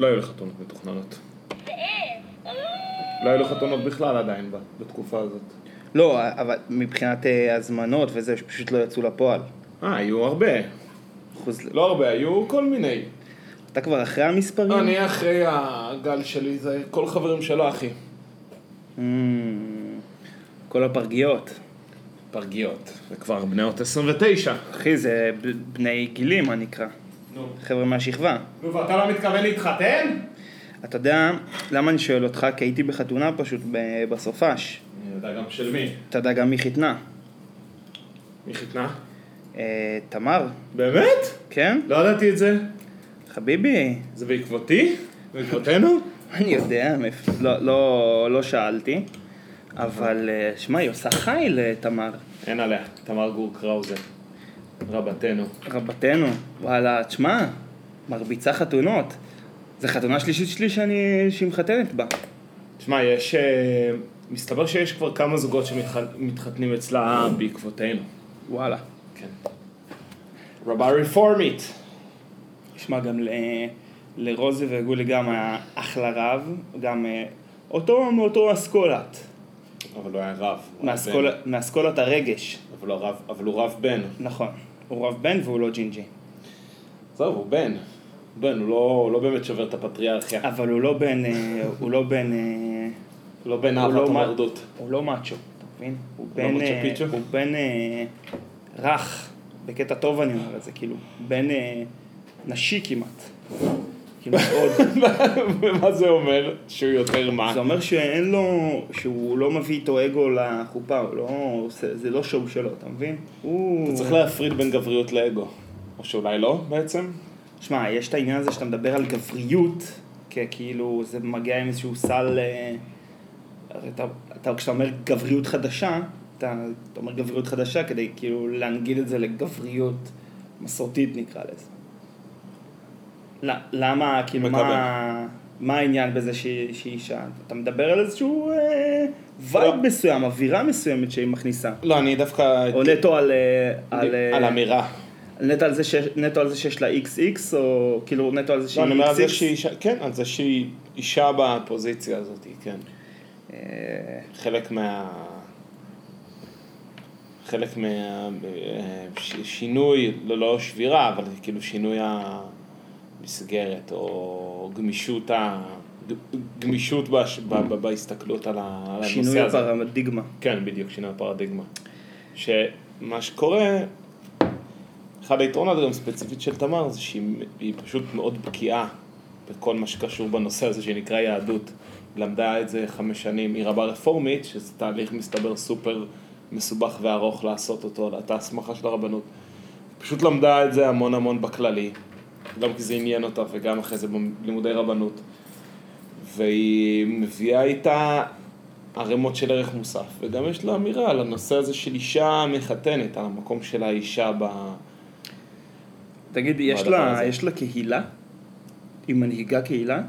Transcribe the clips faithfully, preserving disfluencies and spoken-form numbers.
לא היו לי חתונות מתוכננות. לא היו לי חתונות בכלל עדיין בתקופה הזאת. לא, אבל מבחינת הזמנות וזה, שפשוט לא יצאו לפועל. אה, היו הרבה. אחוז... לא הרבה, היו כל מיני. אתה כבר אחרי המספרים? אני אחרי הגל שלי, זה כל חברים שלו, אחי. Mm, כל הפרגיות. פרגיות. זה כבר בני עשרים ותשע. אחי, זה בני גילים, מה נקרא. נו. חבר'ה מהשכבה. נו, ואתה לא מתכוון להתחתן? אתה יודע, למה אני שואל אותך? כי הייתי בחתונה פשוט בסופש. אני יודע גם של מי. אתה יודע גם מי חיתנה? מי חיתנה? אה, תמר. באמת? כן? לא ידעתי את זה. חביבי. זה בעקבותי? בעקבותינו? אני יודע, לא, לא, לא שאלתי. אבל, שמע, היא עושה חי לתמר. אין עליה, תמר גור קראוזה. רבתנו. רבתנו. וואלה, תשמע, מרביצה חתונות. זה חתונה שלישית שלי שאני, שהיא מחתנת בה. תשמע, יש... מסתבר שיש כבר כמה זוגות שמתחתנים אצלה בעקבותינו. וואלה. כן. רבה רפורמית. תשמע, גם ל... לרוזי וגולי גם היה אחלה רב, גם אותו מאותו אסכולת. אבל הוא היה רב. מאסכול... מאסכולת הרגש. אבל הוא רב, אבל הוא רב בן. נכון. הוא רב בן והוא לא ג'ינג'י. זהו, הוא בן. בן, הוא לא, לא באמת שובר את הפטריארכיה. אבל הוא לא בן, הוא לא בן... הוא לא בן אהבת המרדות. הוא לא מאצ'ו, אתה מבין? הוא לא בן... מאצ'ו פיצ'ו? הוא בן רך. בקטע טוב אני אומר את זה, כאילו. בן נשי כמעט. כאילו עוד. ומה זה אומר? שהוא יותר מה? זה אומר שאין לו, שהוא לא מביא איתו אגו לחופה, הוא לא, זה לא שואו שלו, אתה מבין? אתה צריך להפריד בין גבריות לאגו. או שאולי לא, בעצם? שמע, יש את העניין הזה שאתה מדבר על גבריות, כי כאילו זה מגיע עם איזשהו סל, אתה, אתה, כשאתה אומר גבריות חדשה, אתה, אתה אומר גבריות חדשה כדי כאילו להנגיל את זה לגבריות מסורתית נקרא לזה. למה, כאילו, מה, מה העניין בזה שהיא אישה? אתה מדבר על איזשהו אה, וייב מסוים, אווירה מסוימת שהיא מכניסה. לא, אני דווקא... או נטו על... על, על אמירה. נטו על זה, ש, נטו על זה שיש לה איקס איקס, או כאילו נטו על זה שהיא לא, אני אומר איקס על איקס? זה שהיא אישה, כן, על זה שהיא אישה בפוזיציה הזאת, כן. חלק מה... חלק מהשינוי, לא, לא שבירה, אבל כאילו שינוי ה... מסגרת או גמישות ה... גמישות בש... ב... ב... בהסתכלות על, ה... על הנושא הזה. שינוי הפרדיגמה. כן, בדיוק, שינוי הפרדיגמה. שמה שקורה, אחד היתרונות גם ספציפית של תמר, זה שהיא פשוט מאוד בקיאה בכל מה שקשור בנושא הזה שנקרא יהדות. למדה את זה חמש שנים, היא רבה רפורמית, שזה תהליך מסתבר סופר מסובך וארוך לעשות אותו, את ההסמכה של הרבנות. פשוט למדה את זה המון המון בכללי. גם כי זה עניין אותה וגם אחרי זה בלימודי רבנות. והיא מביאה איתה ערימות של ערך מוסף. וגם יש לה אמירה על הנושא הזה של אישה מחתנת, על המקום של האישה ב... תגיד, יש לה, יש לה קהילה? היא מנהיגה קהילה?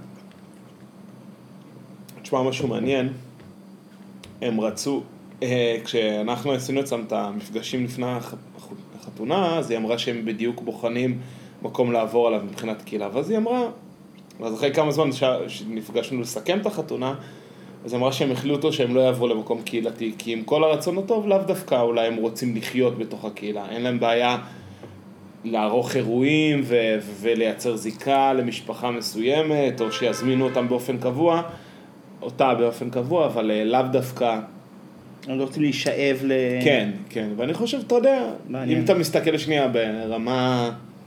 תשמע, משהו מעניין. הם רצו, כשאנחנו עשינו אצלם את המפגשים לפני החתונה, אז היא אמרה שהם בדיוק בוחנים מקום לעבור עליו מבחינת קהילה. ואז היא אמרה, ואז אחרי כמה זמן שנפגשנו לסכם את החתונה, אז היא אמרה שהם החליטו שהם לא יעברו למקום קהילתי, כי עם כל הרצון הטוב, לאו דווקא אולי הם רוצים לחיות בתוך הקהילה. אין להם בעיה לערוך אירועים ו- ולייצר זיקה למשפחה מסוימת, או שיזמינו אותם באופן קבוע, אותה באופן קבוע, אבל לאו דווקא... הם לא רוצים להישאב ל... כן, כן. ואני חושב, אתה יודע, מעניין. אם אתה מסתכל שנייה ברמה...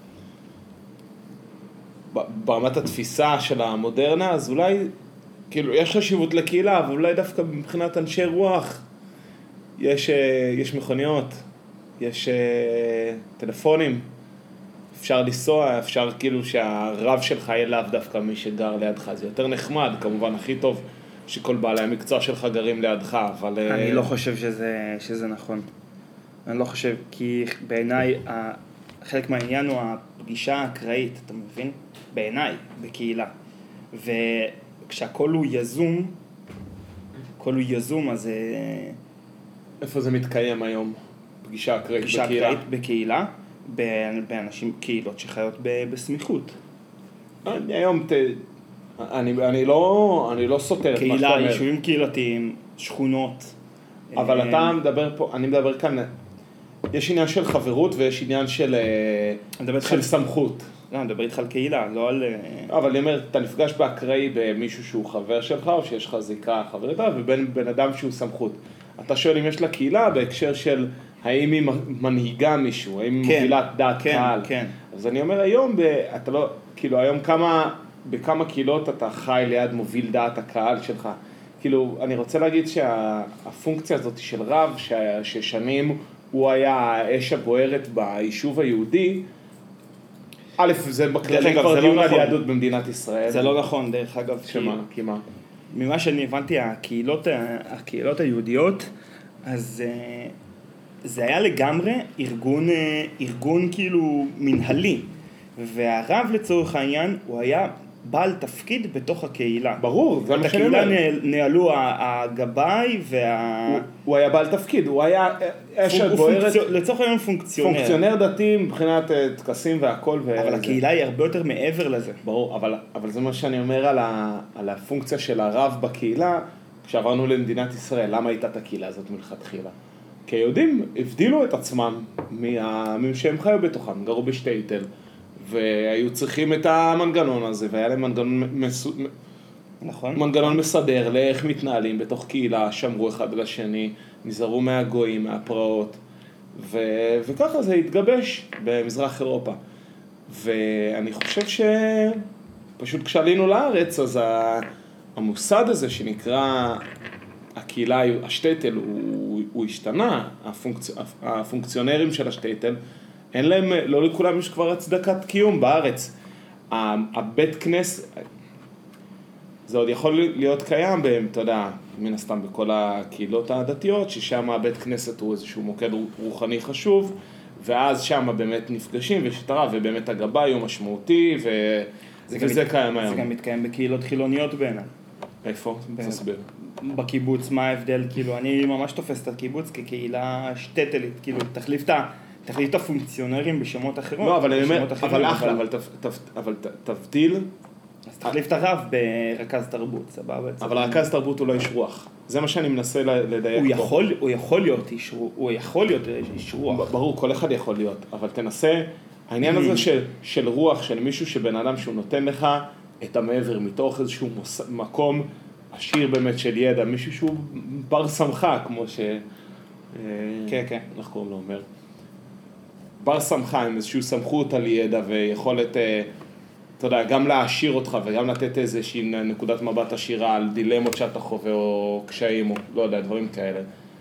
ברמת התפיסה של המודרנה, אז אולי, כאילו, יש חשיבות לקהילה, אבל אולי דווקא מבחינת אנשי רוח, יש, יש מכוניות, יש טלפונים, אפשר לנסוע, אפשר כאילו שהרב שלך יהיה לאו דווקא מי שגר לידך, זה יותר נחמד, כמובן הכי טוב שכל בעלי המקצוע שלך גרים לידך, אבל... אני לא חושב שזה, שזה נכון. אני לא חושב, כי בעיניי, חלק מהעניין הוא הפגישה האקראית, אתה מבין? בעיניי, בקהילה. וכשהכל הוא יזום, הכל הוא יזום, אז... איפה זה מתקיים היום? פגישה אקראית פגישה בקהילה? פגישה אקראית בקהילה, באנשים, קהילות שחיות בסמיכות. אני היום, ת, אני, אני לא, אני לא סותר את מה שאתה קהילה, אומר. יישובים קהילתיים, שכונות. אבל אתה מדבר פה, אני מדבר כאן, יש עניין של חברות ויש עניין של, של סמכות. לא, אני מדבר איתך על קהילה, לא על... אבל אני אומר, אתה נפגש באקראי במישהו שהוא חבר שלך, או שיש לך זיקה חברית, ובין בן אדם שהוא סמכות. אתה שואל אם יש לה קהילה בהקשר של האם היא מנהיגה מישהו, האם היא מובילת דעת קהל. כן. אז אני אומר, היום, אתה לא, כאילו, היום כמה, בכמה קהילות אתה חי ליד מוביל דעת הקהל שלך. כאילו, אני רוצה להגיד שהפונקציה הזאת של רב, ששנים הוא היה האש הבוערת ביישוב היהודי, א', זה בכלל כבר דיון על יהדות במדינת ישראל. זה לא נכון, דרך אגב. שמה? כי מה? ממה שאני הבנתי, הקהילות, הקהילות היהודיות, אז זה היה לגמרי ארגון, ארגון כאילו מנהלי, והרב לצורך העניין הוא היה בעל תפקיד בתוך הקהילה. ברור, זה מה שאני אומר. את הקהילה ניהלו הגבאי וה... הוא, הוא היה בעל תפקיד, הוא היה אשת בוערת... פונקציו... לצורך העניין פונקציונר. פונקציונר דתי מבחינת טקסים והכל. אבל וזה. הקהילה היא הרבה יותר מעבר לזה. ברור, אבל, אבל זה מה שאני אומר על, ה, על הפונקציה של הרב בקהילה, כשעברנו למדינת ישראל, למה הייתה את הקהילה הזאת מלכתחילה? כי היהודים הבדילו את עצמם מהעמים שהם חיו בתוכם, גרו בשטייטל. והיו צריכים את המנגנון הזה, והיה להם מנגנון, מס... נכון. מנגנון מסדר לאיך מתנהלים בתוך קהילה, שמרו אחד על השני, נזהרו מהגויים, מהפרעות, ו... וככה זה התגבש במזרח אירופה. ואני חושב שפשוט כשעלינו לארץ, אז המוסד הזה שנקרא הקהילה, השטייטל, הוא, הוא השתנה, הפונקצ... הפונקציונרים של השטייטל, אין להם, לא לכולם יש כבר הצדקת קיום בארץ. הבית כנסת, זה עוד יכול להיות קיים, אתה יודע, מן הסתם בכל הקהילות הדתיות, ששם הבית כנסת הוא איזשהו מוקד רוחני חשוב, ואז שם באמת נפגשים ויש את הרב, ובאמת הגבאי הוא משמעותי, ו... וזה מת... קיים היום. זה גם מתקיים בקהילות חילוניות בעיניי. איפה? תסביר. בקיבוץ, מה ההבדל? כאילו, אני ממש תופס את הקיבוץ כקהילה שטטלית, כאילו, תחליף את ה... תחליף את הפונקציונרים בשמות אחרות. לא, אבל אני אומר, אבל אחלה, אבל תבדיל. אז תחליף את הרב ברכז תרבות, סבבה? אבל רכז תרבות הוא לא איש רוח. זה מה שאני מנסה לדייק פה. הוא יכול להיות איש רוח, הוא יכול להיות איש רוח. ברור, כל אחד יכול להיות, אבל תנסה, העניין הזה של רוח, של מישהו שבן אדם שהוא נותן לך את המעבר מתוך איזשהו מקום עשיר באמת של ידע, מישהו שהוא בר שמחה, כמו ש... כן, כן. איך קוראים לו אומר? בר שמחה עם איזושהי סמכות על ידע ויכולת, אתה יודע, גם להעשיר אותך וגם לתת איזושהי נקודת מבט עשירה על דילמות שאתה חווה או קשיים או לא יודע, דברים כאלה.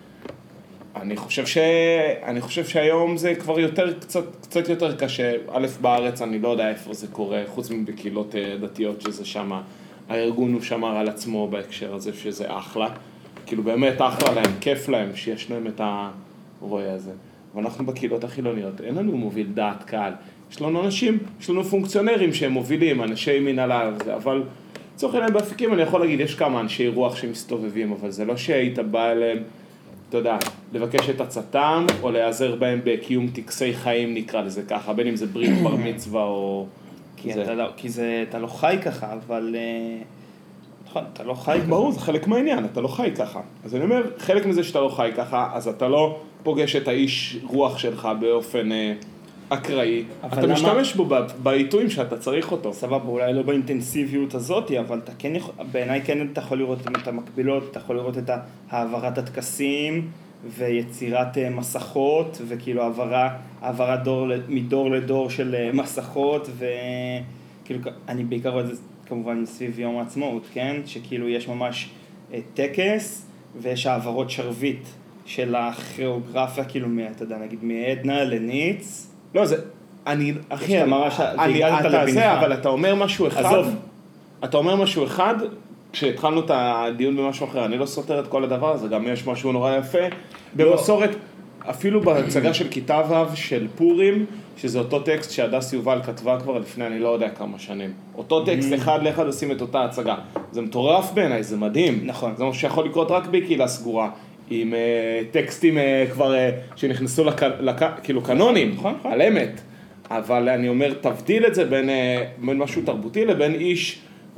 אני חושב ש... אני חושב שהיום זה כבר יותר, קצת, קצת יותר קשה. א' בארץ, אני לא יודע איפה זה קורה, חוץ מבקהילות דתיות שזה שמה, הארגון הוא שמר על עצמו בהקשר הזה שזה אחלה. כאילו באמת אחלה להם, כיף להם שיש להם את הרואה הזה. ואנחנו בקהילות החילוניות, אין לנו מוביל דעת קהל. יש לנו אנשים, יש לנו פונקציונרים שהם מובילים, אנשי מנהלה, אבל צורך אליהם באפיקים, אני יכול להגיד, יש כמה אנשי רוח שמסתובבים, אבל זה לא שהיית בא אליהם, אתה יודע, לבקש את עצתם, או להיעזר בהם בקיום טקסי חיים, נקרא לזה ככה, בין אם זה ברית בר מצווה או... כי, זה... אתה, לא, כי זה, אתה לא חי ככה, אבל... נכון, אתה לא חי ככה. ברור, זה חלק מהעניין, אתה לא חי ככה. אז אני אומר, חלק מזה שאתה לא חי ככה, אז אתה לא פוגש את האיש רוח שלך באופן אקראי. אתה למה... משתמש בו בעיתויים שאתה צריך אותו. סבבה, אולי לא באינטנסיביות הזאת, אבל אתה כן, בעיניי כן אתה יכול לראות את המקבילות, אתה יכול לראות את העברת הטקסים ויצירת מסכות, וכאילו העברה, העברת דור, מדור לדור של מסכות, וכאילו אני בעיקר רואה את זה כמובן סביב יום העצמאות, כן? שכאילו יש ממש טקס ויש העברות שרביט של הכיאוגרפיה, כאילו, אתה יודע, נגיד מעדנה לניץ. לא, זה, אני, אחי, אתה זה, אבל אתה אומר משהו אחד, עזוב. אתה אומר משהו אחד, כשהתחלנו את הדיון במשהו אחר, אני לא סותר את כל הדבר הזה, גם יש משהו נורא יפה, במסורת, אפילו בהצגה של כיתה ו' של פורים, שזה אותו טקסט שהדס יובל כתבה כבר לפני אני לא יודע כמה שנים. אותו טקסט אחד לאחד עושים את אותה הצגה. זה מטורף בעיניי, זה מדהים. נכון. זה משהו שיכול לקרות רק בקהילה סגורה, עם uh, טקסטים uh, כבר uh, שנכנסו לק... לק... כאילו קנונים, נכון, נכון. על אמת. אבל אני אומר, תבדיל את זה בין, uh, בין משהו תרבותי לבין איש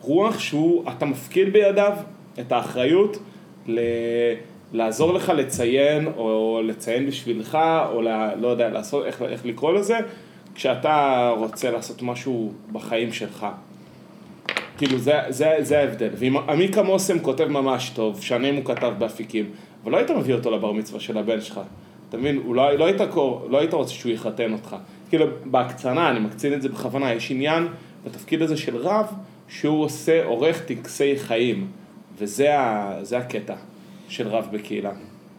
רוח שהוא, אתה מפקיד בידיו את האחריות ל... לעזור לך לציין, או לציין בשבילך, או ל... לא יודע, לעשות, איך, איך לקרוא לזה, כשאתה רוצה לעשות משהו בחיים שלך. כאילו, זה, זה, זה ההבדל. ואם עמיקה מוסם כותב ממש טוב, שנים הוא כתב באפיקים, אבל לא היית מביא אותו לבר מצווה של הבן שלך. אתה מבין? אולי, לא היית, לא היית רוצה שהוא יחתן אותך. כאילו, בהקצנה, אני מקצין את זה בכוונה, יש עניין בתפקיד הזה של רב, שהוא עושה, עורך טקסי חיים. וזה ה, זה הקטע של רב בקהילה.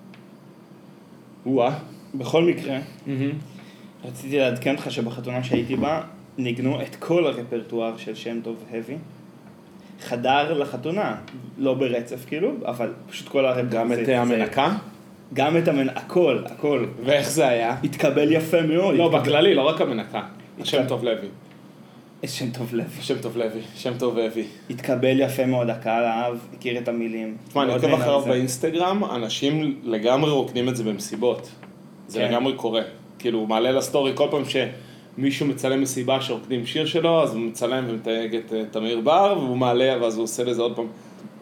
וואה. בכל מקרה, רציתי לעדכן אותך שבחתונה שהייתי בה, ניגנו את כל הרפרטואר של שם טוב הבי. חדר לחתונה, לא ברצף כאילו, אבל פשוט כל הרפרטואר. גם את המנקה? גם את המנקה, הכל, הכל. ואיך זה היה? התקבל יפה מאוד. לא, בכללי, לא רק המנקה. שם טוב לוי. שם טוב לוי. שם טוב לוי, שם טוב לוי. התקבל יפה מאוד, הקהל אהב, הכיר את המילים. תשמע, אני עוקב אחריו באינסטגרם, אנשים לגמרי רוקדים את זה במסיבות. זה לגמרי קורה. כאילו, הוא מעלה לסטורי כל פעם שמישהו מצלם מסיבה שרוקדים שיר שלו, אז הוא מצלם ומתייג את תמיר בר, והוא מעלה, ואז הוא עושה לזה עוד פעם,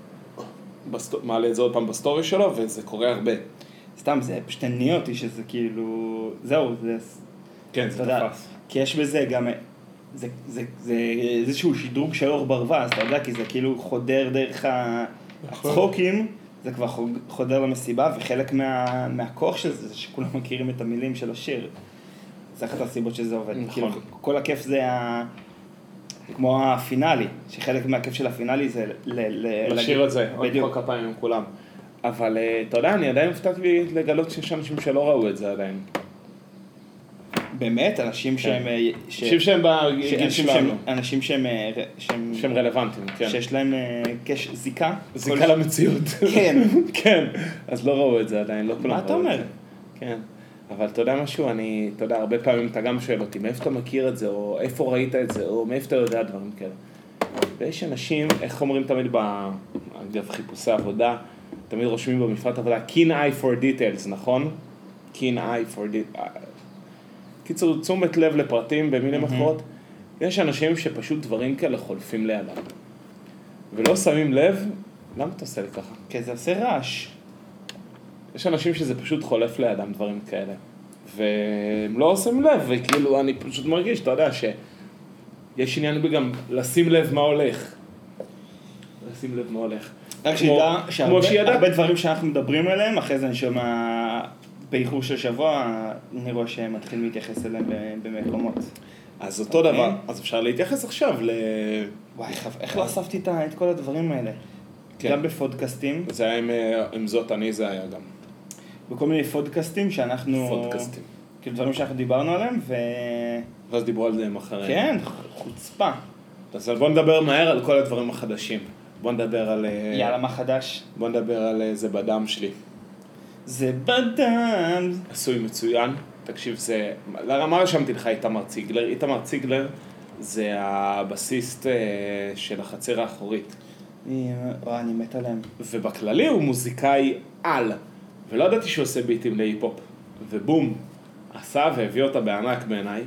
מעלה את זה עוד פעם בסטורי שלו, וזה קורה הרבה. סתם, זה פשוט עניין אותי שזה כאילו, זהו, זה... כן, זה תפס. כי יש בזה גם... זה, זה, זה איזשהו שדרוג של אור ברווז, אתה יודע, כי זה כאילו חודר דרך הצחוקים, זה כבר חודר למסיבה, וחלק מה, מהכוח של זה, זה שכולם מכירים את המילים של השיר. זה אחת הסיבות שזה עובד. נכון. כאילו, כל הכיף זה ה... כמו הפינאלי, שחלק מהכיף של הפינאלי זה ל... ל לשיר את זה, עוד כל כפיים עם כולם. אבל אתה יודע, אני עדיין הפתעתי לגלות שיש אנשים שלא ראו את זה עדיין. באמת, אנשים שהם... אנשים שהם בגיל שלנו. אנשים שהם... שהם רלוונטיים, כן. שיש להם זיקה. זיקה למציאות. כן. כן. אז לא ראו את זה עדיין, לא כולם ראו את זה. מה אתה אומר? כן. אבל אתה יודע משהו, אני, אתה יודע, הרבה פעמים אתה גם שואל אותי, מאיפה אתה מכיר את זה, או איפה ראית את זה, או מאיפה אתה יודע דברים כאלה. ויש אנשים, איך אומרים תמיד באגב חיפושי עבודה, תמיד רושמים במפרט עבודה, keen eye for details, נכון? keen eye for details. קיצור, תשומת לב לפרטים במילים אחרות, יש אנשים שפשוט דברים כאלה חולפים לידם. ולא שמים לב, למה אתה עושה לי ככה? כי זה עושה רעש. יש אנשים שזה פשוט חולף לידם דברים כאלה. והם לא עושים לב, וכאילו אני פשוט מרגיש, אתה יודע, שיש עניין בגם לשים לב מה הולך. לשים לב מה הולך. רק שידע שהרבה דברים שאנחנו מדברים עליהם, אחרי זה אני שומע באיחור של שבוע, אני רואה שהם מתחילים להתייחס אליהם במקומות. אז אותו דבר, אז אפשר להתייחס עכשיו ל... וואי, איך לא אספתי את כל הדברים האלה? גם בפודקאסטים. זה היה עם זאת, אני זה היה גם. בכל מיני פודקאסטים שאנחנו... פודקאסטים. כאילו דברים שאנחנו דיברנו עליהם, ו... ואז דיברו על זה עם אחרים. כן, חוצפה. אז בוא נדבר מהר על כל הדברים החדשים. בוא נדבר על... יאללה, מה חדש? בוא נדבר על זה בדם שלי. זה בדם. עשוי מצוין. תקשיב, זה... למה רשמתי לך איתמר ציגלר? איתמר ציגלר זה הבסיסט של החצר האחורית. וואי, אני מת עליהם. ובכללי הוא מוזיקאי על. ולא ידעתי שהוא עושה ביטים להיפ-הופ. ובום, עשה והביא אותה בענק בעיניי.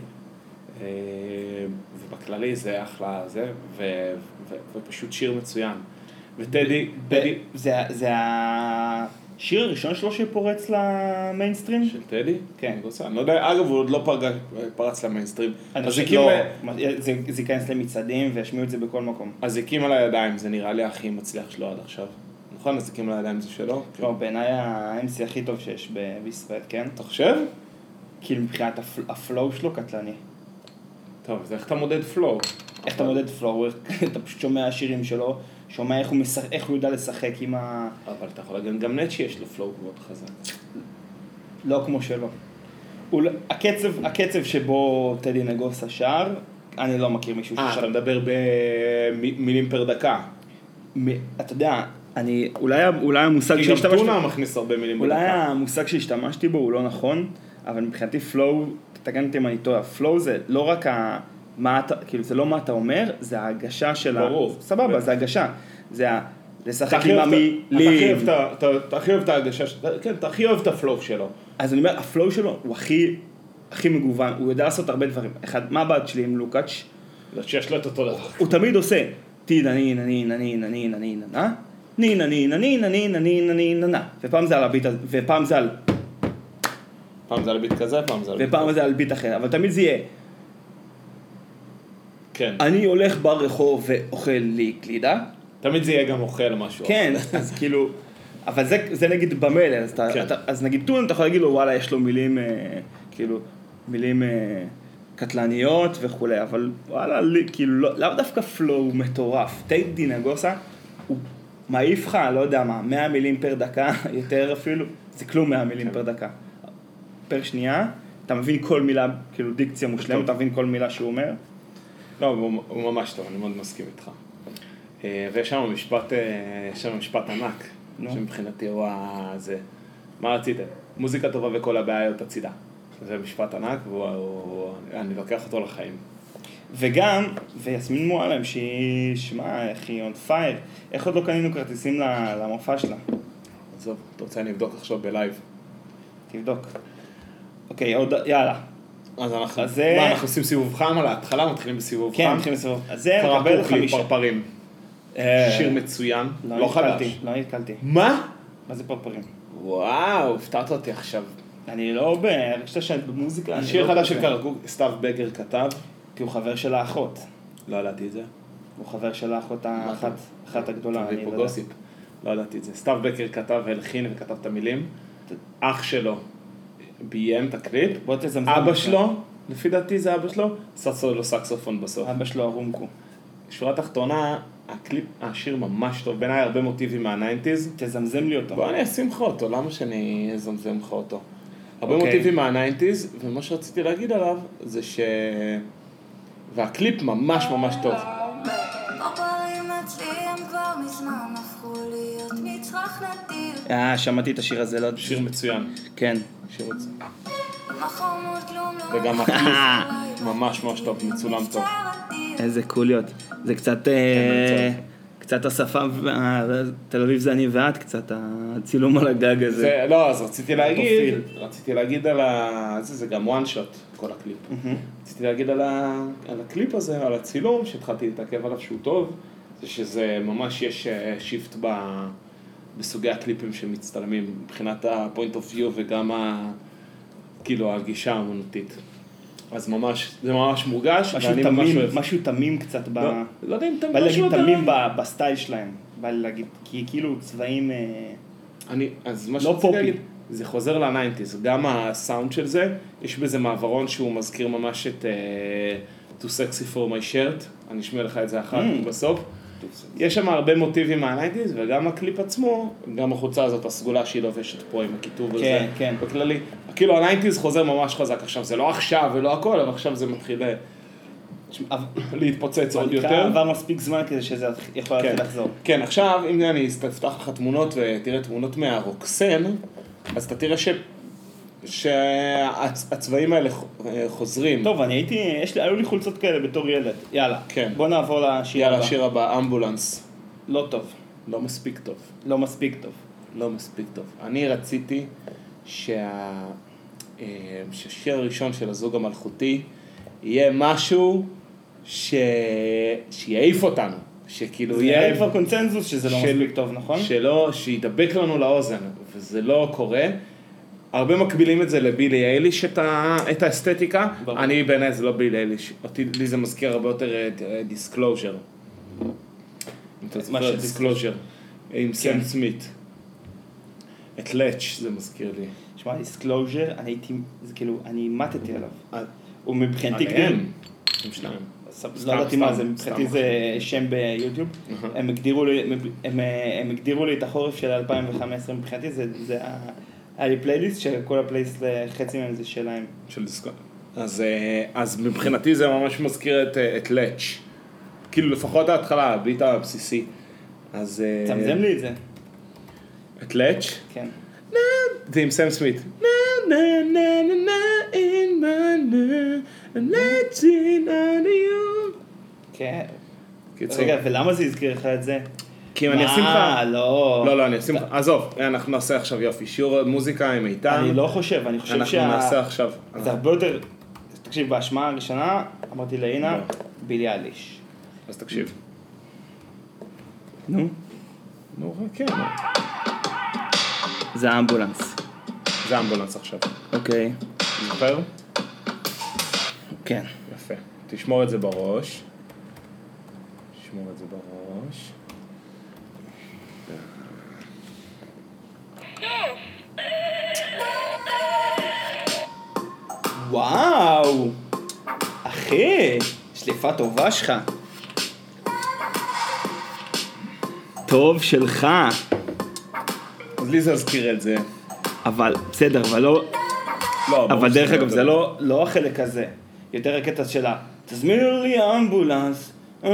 ובכללי זה אחלה זה, ופשוט שיר מצוין. וטדי, טדי... זה השיר הראשון שלו שפורץ למיינסטרים? של טדי? כן. אני לא יודע, אגב, הוא עוד לא פרץ למיינסטרים. זה ייכנס למצעדים והשמיעו את זה בכל מקום. הזיקים על הידיים, זה נראה לי הכי מצליח שלו עד עכשיו. נכון, הזיקים על הידיים זה שלו? לא, בעיניי ה-אם סי הכי טוב שיש בישראל, כן? אתה חושב? כאילו מבחינת הפלואו שלו קטלני. טוב, אז איך אתה מודד פלואו? איך אתה מודד פלואו? אתה פשוט שומע שירים שלו, שומע איך הוא, משח... איך הוא יודע לשחק עם ה... אבל אתה יכול להגיד גם נט שיש לו פלואו מאוד חזק. לא כמו שלו. הוא... הקצב, הקצב שבו טדי נגוסה שר, אני לא מכיר מישהו ששר. אה, אתה מדבר במילים פר דקה. מ... אתה יודע, אני... אולי, אולי המושג שהשתמשתי... כי גם טונה מכניס הרבה מילים אולי בדקה. אולי המושג שהשתמשתי בו הוא לא נכון, אבל מבחינתי פלואו, תתקן אותי אם אני טועה, פלואו זה לא רק ה... מה אתה, כאילו זה לא מה אתה אומר, זה ההגשה של ה... ברור. סבבה, זה ההגשה. זה ה... לשחק עם המילים. אתה הכי אוהב את ההגשה, כן, אתה הכי אוהב את הפלואו שלו. אז אני אומר, הפלואו שלו הוא הכי, הכי מגוון, הוא יודע לעשות הרבה דברים. אחד, מה הבעד שלי עם לוקאץ'? שיש לו את אותו דבר. הוא תמיד עושה טינה נינה נינה נינה נינה נינה נה, נינה נינה נינה נינה נינה נינה נה, ופעם זה על הביט, ופעם זה על... פעם זה על ביט כזה, פעם זה על ביט ופעם זה על ביט אחר, אבל תמיד זה יהיה, כן. אני הולך ברחוב ואוכל לי קלידה. תמיד זה יהיה גם אוכל משהו. כן, אז כאילו, אבל זה, זה נגיד במייל, אז, אתה, כן. אתה, אז נגיד טון, אתה יכול להגיד לו, וואלה, יש לו מילים, אה, כאילו, מילים אה, קטלניות וכולי, אבל וואלה, לי, כאילו, לא, לאו דווקא פלואו מטורף. טייט די נגוסה, הוא מעיף לך, לא יודע מה, מאה מילים פר דקה, יותר אפילו, זה כלום מאה מילים כן. פר דקה. פר שנייה, אתה מבין כל מילה, כאילו דיקציה מושלמת, אתה מבין כל מילה שהוא אומר. לא, הוא, הוא ממש טוב, אני מאוד מסכים איתך. ויש שם משפט, יש שם משפט ענק, no. שמבחינתי הוא הזה, מה רציתם? מוזיקה טובה וכל הבעיות הצידה. זה משפט ענק, ואני לוקח אותו לחיים. וגם, ויסמין מועלם, שהיא, שמה, איך היא on fire, איך עוד לא קנינו כרטיסים למופע שלה? עזוב, אתה רוצה אני אבדוק עכשיו בלייב. תבדוק. אוקיי, עוד, יאללה. אז אנחנו, אז מה, אנחנו עושים סיבוב חם על ההתחלה, מתחילים בסיבוב כן, חם? מתחילים בסיבוב. אז זה קרא מקבל קוקלי, חמישה. פרפרים. שיר מצוין, לא, לא חדש. לא נתקלתי. מה? מה זה פרפרים? וואו, הפתעת אותי עכשיו. אני לא בהרגשת שאת במוזיקה. השיר חדש של קרא קוקלי, סתיו בגר כתב. כי הוא חבר של האחות. לא ידעתי את זה. הוא חבר של האחות האחת, אחת הגדולה. תביא פה גוסיפ. לא ידעתי את זה. סתיו בגר כתב והלחין וכתב את המילים. אח שלו ביים את הקליפ. בוא תזמזם. אבא שלו, לפי דעתי זה אבא שלו, ססו לו סקסופון בסוף. אבא שלו הרומקו. שורה תחתונה, הקליפ, השיר ממש טוב, בעיניי הרבה מוטיבים מה-ניינטיז. תזמזם לי אותו. בוא אני אשים לך אותו, למה שאני אזמזם לך אותו? הרבה אוקיי. מוטיבים מה-ניינטיז, ומה שרציתי להגיד עליו זה ש... והקליפ ממש ממש טוב. אה, שמעתי את השיר הזה, לא... שיר מצוין. כן. שיר מצוין. וגם הקליפ ממש ממש טוב, מצולם טוב. איזה קוליות. זה קצת... אה, קצת השפה, תל אביב זה אני ואת, קצת הצילום על הגג הזה. זה, לא, אז רציתי להגיד, רציתי להגיד על ה... זה, זה גם one shot, כל הקליפ. רציתי להגיד על ה... על הקליפ הזה, על הצילום, שהתחלתי להתעכב עליו שהוא טוב, זה שזה ממש יש שיפט ב... בסוגי הקליפים שמצטלמים, מבחינת ה-point of view וגם ה... כאילו הגישה האמנותית. אז ממש, זה ממש מורגש, ואני ממש אוהב. משהו תמים קצת ב... לא, לא יודע אם תמים. בא להגיד תמים בסטייל שלהם. בא להגיד, כי כאילו צבעים... אני, אז מה לא שרציתי להגיד, זה חוזר ל-ניינטיז, גם הסאונד של זה, יש בזה מעברון שהוא מזכיר ממש את uh, Too Sexy for My Shirt, אני אשמיע לך את זה אחר כך בסוף. יש שם הרבה מוטיבים מה-ניינטיז, וגם הקליפ עצמו, גם החולצה הזאת הסגולה שהיא לובשת פה עם הכיתוב הזה, כן, כן. בכללי. כאילו ה-ניינטיז חוזר ממש חזק עכשיו, זה לא עכשיו ולא הכל, אבל עכשיו זה מתחיל להתפוצץ עוד יותר. עבר מספיק זמן כדי שזה יכול להתחיל לחזור. כן, עכשיו, אם אני אפתח לך תמונות ותראה תמונות מהרוקסן, אז אתה תראה ש... שהצבעים האלה חוזרים. טוב, אני הייתי, יש לי, היו לי חולצות כאלה בתור ילד. יאללה, כן. בוא נעבור לשיר הבא. יאללה, שיר הבא, אמבולנס. לא טוב. לא מספיק טוב. לא מספיק טוב. לא מספיק טוב. אני רציתי שה... שהשיר הראשון של הזוג המלכותי יהיה משהו ש... שיעיף אותנו. שכאילו זה יהיה... היה כבר קונצנזוס שזה לא של... מספיק טוב, נכון? שלא, שידבק לנו לאוזן, וזה לא קורה. הרבה מקבילים את זה לבילי אייליש, את, ה... את האסתטיקה. ברור. אני בעיניי זה לא בילי אייליש. אותי, לי זה מזכיר הרבה יותר דיסקלוז'ר. אם אתה זוכר דיסקלוז'ר. עם סם סמית. את לאץ' זה מזכיר לי. תשמע, דיסקלוז'ר, אני הייתי, זה כאילו, אני מתתי עליו. הוא מבחינתי עליהם. עם שניים. לא ידעתי מה זה, מבחינתי זה שם ביוטיוב. הם הגדירו לי, הם הגדירו לי את החורף של אלפיים וחמש עשרה, מבחינתי זה היה לי פלייליסט שכל הפלייליסט חצי מהם זה שלהם. של דיסקלוז'ר. אז, אז מבחינתי זה ממש מזכיר את, את לאץ'. כאילו לפחות ההתחלה, הביט הבסיסי. אז... תמזם לי את זה. את לאץ'? כן. זה עם סם סמית. נה נה נה נה נה in my נה let's in on you. כן. רגע, ולמה זה הזכיר לך את זה? כי אם אני אשים לך... מה, לא. לא, לא, אני אשים לך... עזוב, אנחנו נעשה עכשיו יופי, שיעור מוזיקה עם איתן. אני לא חושב, אני חושב שה... אנחנו נעשה עכשיו. זה הרבה יותר... תקשיב, בהשמעה הראשונה, אמרתי לאינה, בילי אייליש. אז תקשיב. נו, נו, כן. זה האמבולנס. זה אמבולנס עכשיו. אוקיי. זוכר? כן. יפה. תשמור את זה בראש. תשמור את זה בראש. וואו! אחי, שליפה טובה שלך. טוב שלך. אז לי זה אזכיר את זה. אבל, בסדר, אבל לא... לא, אבל דרך אגב, זה לא, לא החלק הזה. יותר הקטע שלה. תזמינו לי אמבולנס. אז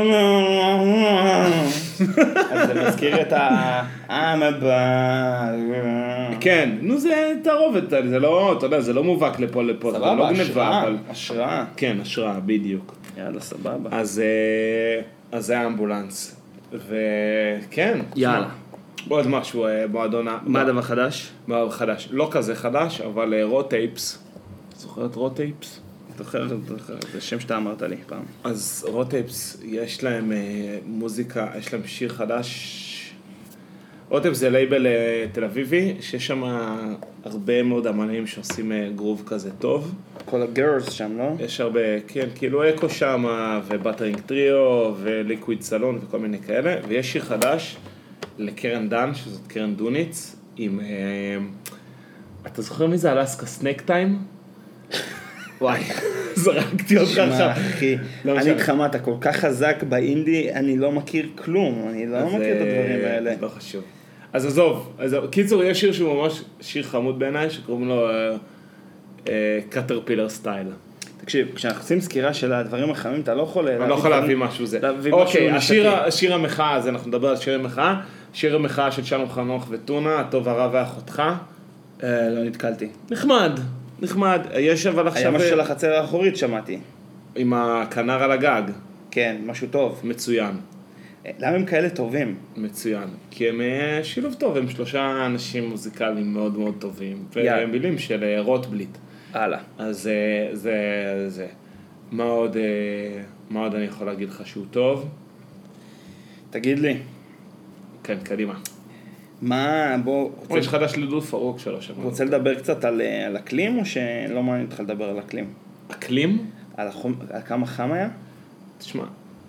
זה מזכיר את ה... עם הבא. כן, נו זה תערובת, זה לא, אתה יודע, זה לא מובהק לפה לפה, זה לא גנבה, אבל... השראה. כן, השראה, בדיוק. יאללה, סבבה. אז, אז זה האמבולנס. וכן. יאללה. עוד משהו, מועדון... מה הדבר חדש? מה חדש? לא כזה חדש, אבל רוטייפס. זוכרת רוטייפס? זוכר, זוכר, זה שם שאתה אמרת לי פעם. אז רוטייפס, יש להם מוזיקה, יש להם שיר חדש. רוטייפס זה לייבל תל אביבי, שיש שם הרבה מאוד אמנים שעושים גרוב כזה טוב. כל הגרס שם, לא? יש הרבה, כן, כאילו אקו שם, ובטרינג טריו, וליקוויד סלון, וכל מיני כאלה. ויש שיר חדש לקרן דן, שזאת קרן דוניץ, עם... אתה זוכר מי זה אלסקה סנייק טיים? וואי, זרקתי אותך עכשיו. שמע, אחי, אני איתך מה, אתה כל כך חזק באינדי, אני לא מכיר כלום, אני לא מכיר את הדברים האלה. לא חשוב. אז עזוב, קיצור, יש שיר שהוא ממש שיר חמוד בעיניי, שקוראים לו קטרפילר סטייל. תקשיב, כשאנחנו עושים סקירה של הדברים החמים, אתה לא יכול... אני לא יכול להביא משהו זה. אוקיי, השיר המחאה, אז אנחנו נדבר על שיר המחאה. שיר המחאה של שלום חנוך וטונה, הטוב הרע ואחותך. לא נתקלתי. נחמד, נחמד. יש אבל עכשיו... היה משהו של החצר האחורית, שמעתי. עם הכנר על הגג. כן, משהו טוב. מצוין. למה הם כאלה טובים? מצוין. כי הם שילוב טוב, הם שלושה אנשים מוזיקליים מאוד מאוד טובים. והם מילים של רוטבליט. הלאה. אז זה, זה. מה עוד, מה עוד אני יכול להגיד לך שהוא טוב? תגיד לי. כן, קדימה. מה, בוא... יש חדש לדוד פרוק שלו שם. רוצה לדבר קצת על, על אקלים, או שלא מעניין אותך לדבר על אקלים? אקלים? על, החום, על כמה חם היה? תשמע,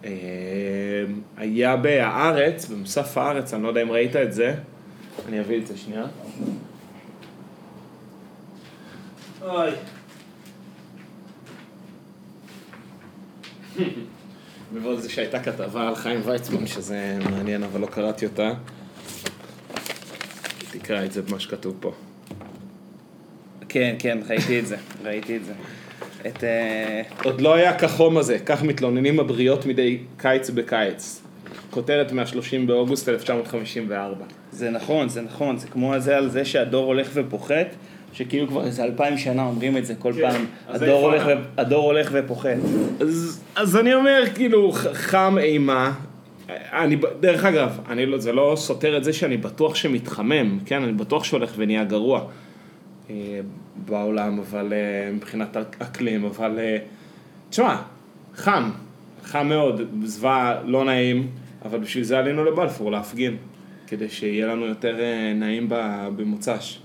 היה בהארץ, במוסף הארץ, אני לא יודע אם ראית את זה, אני אביא את זה שנייה. אוי. מבוא זה שהייתה כתבה על חיים ויצמן, שזה מעניין, אבל לא קראתי אותה. תקרא את זה במה שכתוב פה. כן, כן, ראיתי את זה, ראיתי את זה. את... עוד לא היה כחום הזה, כך מתלוננים הבריות מדי קיץ בקיץ. כותרת מה-שלושים באוגוסט אלף תשע מאות חמישים וארבע. זה נכון, זה נכון, זה כמו זה על זה שהדור הולך ופוחת, שכאילו כבר איזה אלפיים שנה אומרים את זה כל כן, פעם, הדור הולך, ו... הדור הולך ופוחת. אז, אז אני אומר, כאילו, חם אימה, אני, דרך אגב, אני לא, זה לא סותר את זה שאני בטוח שמתחמם, כן, אני בטוח שהולך ונהיה גרוע אה, בעולם, אבל אה, מבחינת אקלים, אבל, אה, תשמע, חם, חם מאוד, זווה לא נעים, אבל בשביל זה עלינו לבלפור להפגין, כדי שיהיה לנו יותר אה, נעים במוצ"ש.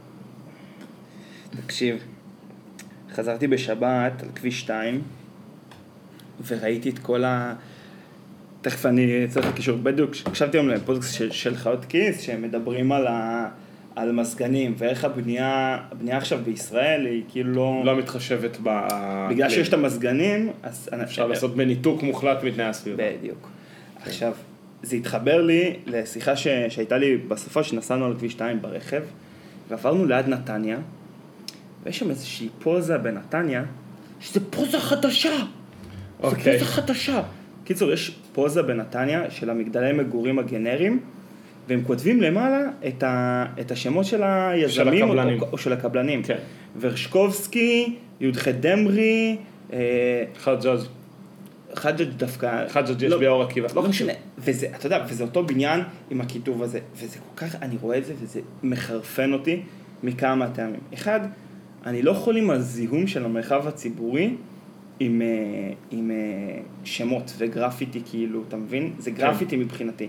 תקשיב, חזרתי בשבת על כביש שתיים, וראיתי את כל ה... תכף אני צריך לקישור, בדיוק, הקשבתי היום לפודקאסט של, של חיות כיס, שהם מדברים על, ה, על מזגנים, ואיך הבנייה, הבנייה עכשיו בישראל היא כאילו לא... לא מתחשבת ב... בגלל שיש את המזגנים, אז... אפשר לעשות בניתוק מוחלט מתנאי הסביבה. בדיוק. עכשיו, זה התחבר לי לשיחה ש, שהייתה לי בסופה, שנסענו על כביש שתיים ברכב, ועברנו ליד נתניה, ויש שם איזושהי פוזה בנתניה, שזה פוזה חדשה! זה אוקיי. פוזה חדשה! קיצור, יש פוזה בנתניה של המגדלי מגורים הגנריים, והם כותבים למעלה את, ה, את השמות של היזמים של הקבלנים. או, או של הקבלנים. כן. ורשקובסקי, י"ח דמרי, חג'ג' חג'ג' דווקא... חג'ג' יש באור עקיבא. לא משנה. וזה, אתה יודע, וזה אותו בניין עם הכיתוב הזה. וזה כל כך, אני רואה את זה, וזה מחרפן אותי מכמה טעמים. אחד, אני לא יכול עם הזיהום של המרחב הציבורי, עם, עם שמות וגרפיטי כאילו, אתה מבין? זה גרפיטי מבחינתי.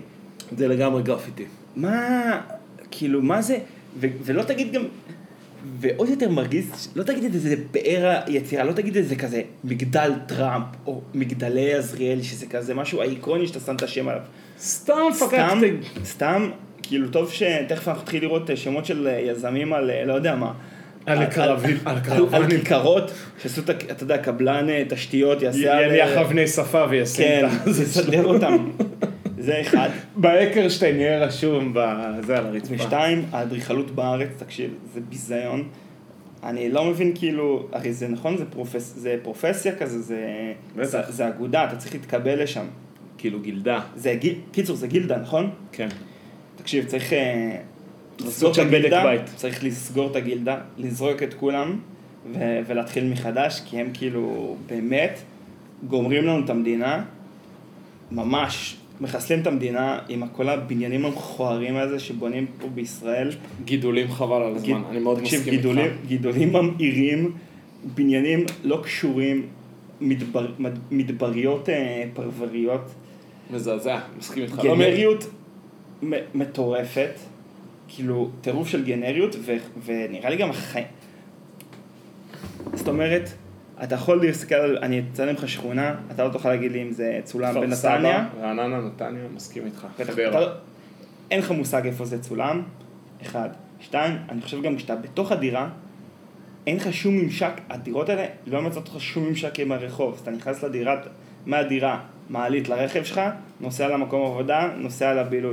זה לגמרי גרפיטי. מה, כאילו, מה זה, ו- ולא תגיד גם, ועוד יותר מרגיז, לא תגיד את זה פאר היצירה, לא תגיד את זה כזה מגדל טראמפ, או מגדלי עזריאלי, שזה כזה משהו איקוני שאתה שם את השם עליו. סתם סתם, פקקתי. סתם, כאילו, טוב שתכף אנחנו נתחיל לראות שמות של יזמים על, לא יודע מה, על קרבים, על על כיכרות, שעשו, אתה יודע, קבלן תשתיות, יעשה על... יניח אבני שפה וישים כן, את זה. יסדר אותם. זה אחד. באקרשטיין יהיה רשום בזה על הרצפה. ושתיים, האדריכלות בארץ, תקשיב, זה ביזיון. אני לא מבין כאילו, הרי זה נכון, זה, פרופס, זה פרופסיה כזה, זה, זה, זה אגודה, אתה צריך להתקבל לשם. כאילו גילדה. זה, קיצור, זה גילדה, נכון? כן. תקשיב, צריך לסגור את הגילדה, צריך לסגור את הגילדה, לזרוק את כולם ו- ולהתחיל מחדש, כי הם כאילו באמת גומרים לנו את המדינה, ממש מחסלים את המדינה עם כל הבניינים המכוערים הזה שבונים פה בישראל. גידולים חבל על הזמן, אני מאוד מסכים איתך. גידולים, גידולים ממאירים, בניינים לא קשורים, מדבר, מדבריות פרבריות. מזעזע, מסכים איתך. גנריות מטורפת, כאילו טירוף של גנריות, ו- ונראה לי גם החיים. זאת אומרת, אתה יכול להסתכל על, אני אצלם לך שכונה, אתה לא תוכל להגיד לי אם זה צולם בנתניה. רעננה, נתניה, מסכים איתך. אין לך מושג איפה זה צולם, אחד. שתיים, אני חושב גם כשאתה בתוך הדירה, אין לך שום ממשק, הדירות האלה לא מצאת לך שום ממשק עם הרחוב, אז אתה נכנס לדירה, מהדירה, מעלית לרכב שלך, נוסע למקום עבודה, נוסע לבילוי.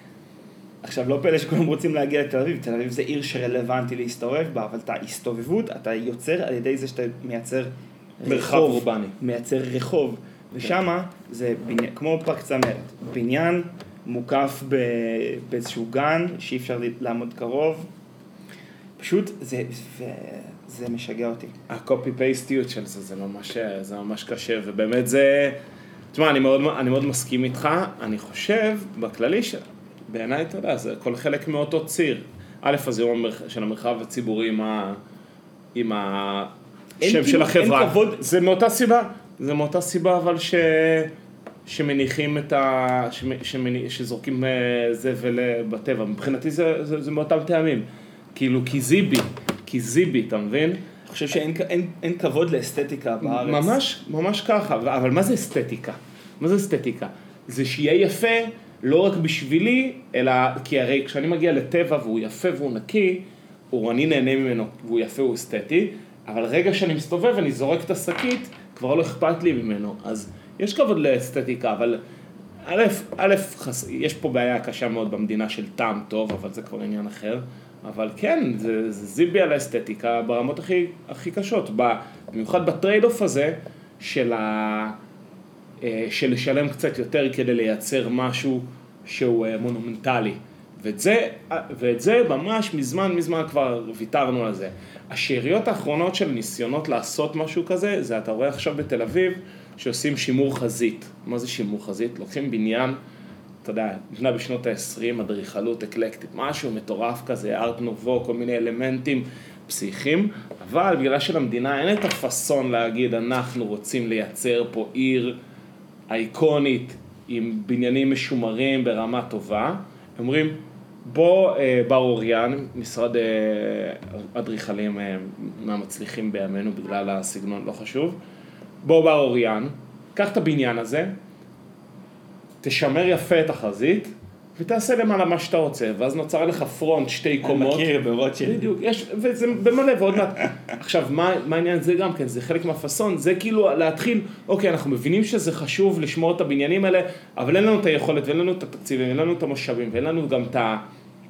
עכשיו, לא פלא שכולם רוצים להגיע לתל אביב, תל אביב זה עיר שרלוונטי להסתובב בה, אבל את ההסתובבות, אתה יוצר על ידי זה שאתה מייצר מרחב אורבני. מייצר רחוב, ושמה זה בניין, כמו פארק צמרת, בניין מוקף באיזשהו גן, שאי אפשר לעמוד קרוב, פשוט זה, זה משגע אותי. הקופי פייסטיות של זה, זה ממש, זה ממש קשה, ובאמת זה, תשמע, אני מאוד, אני מאוד מסכים איתך, אני חושב, בכללי, בעיניי, אתה יודע, זה כל חלק מאותו ציר. א', הזיהום של המרחב הציבורי עם, ה, עם השם של החברה. אין כבוד. זה מאותה סיבה, זה מאותה סיבה, אבל ש... שמניחים את ה... שמניח... שזורקים זבל בטבע. מבחינתי זה, זה, זה מאותם טעמים. כאילו, כי זיבי, כי זיבי, אתה מבין? אני חושב שאין אין, אין כבוד לאסתטיקה בארץ. ממש, ממש ככה. אבל מה זה אסתטיקה? מה זה אסתטיקה? זה שיהיה יפה, לא רק בשבילי, אלא כי הרי כשאני מגיע לטבע והוא יפה והוא נקי, או אני נהנה ממנו והוא יפה והוא אסתטי, אבל רגע שאני מסתובב ואני זורק את השקית, כבר לא אכפת לי ממנו. אז יש כבוד לאסתטיקה, אבל א', א', חס... יש פה בעיה קשה מאוד במדינה של טעם טוב, אבל זה כבר עניין אחר. אבל כן, זה, זה זיבי על האסתטיקה ברמות הכי, הכי קשות. במיוחד בטרייד-אוף הזה של ה... של לשלם קצת יותר כדי לייצר משהו שהוא מונומנטלי. ואת זה, ואת זה ממש מזמן, מזמן כבר ויתרנו על זה. השאריות האחרונות של ניסיונות לעשות משהו כזה, זה אתה רואה עכשיו בתל אביב, שעושים שימור חזית. מה זה שימור חזית? לוקחים בניין, אתה יודע, נבנה בשנות ה-עשרים, אדריכלות אקלקטית, משהו מטורף כזה, ארט נובו, כל מיני אלמנטים פסיכיים, אבל בגלל שלמדינה אין את הפסון להגיד, אנחנו רוצים לייצר פה עיר אייקונית עם בניינים משומרים ברמה טובה, אומרים, בוא בר אוריין, משרד אדריכלים מהמצליחים בימינו בגלל הסגנון, לא חשוב, בוא בר אוריין, קח את הבניין הזה, תשמר יפה את החזית, ותעשה למעלה מה שאתה רוצה, ואז נוצר לך פרונט שתי קומות. אני מכיר ברוטשילד. בדיוק, יש, וזה במלא ועוד מעט. עכשיו, מה, מה העניין זה גם כן? זה חלק מהפסון, זה כאילו להתחיל, אוקיי, אנחנו מבינים שזה חשוב לשמור את הבניינים האלה, אבל אין לנו את היכולת, ואין לנו את התקציבים, אין לנו את המשאבים, ואין לנו גם את ה...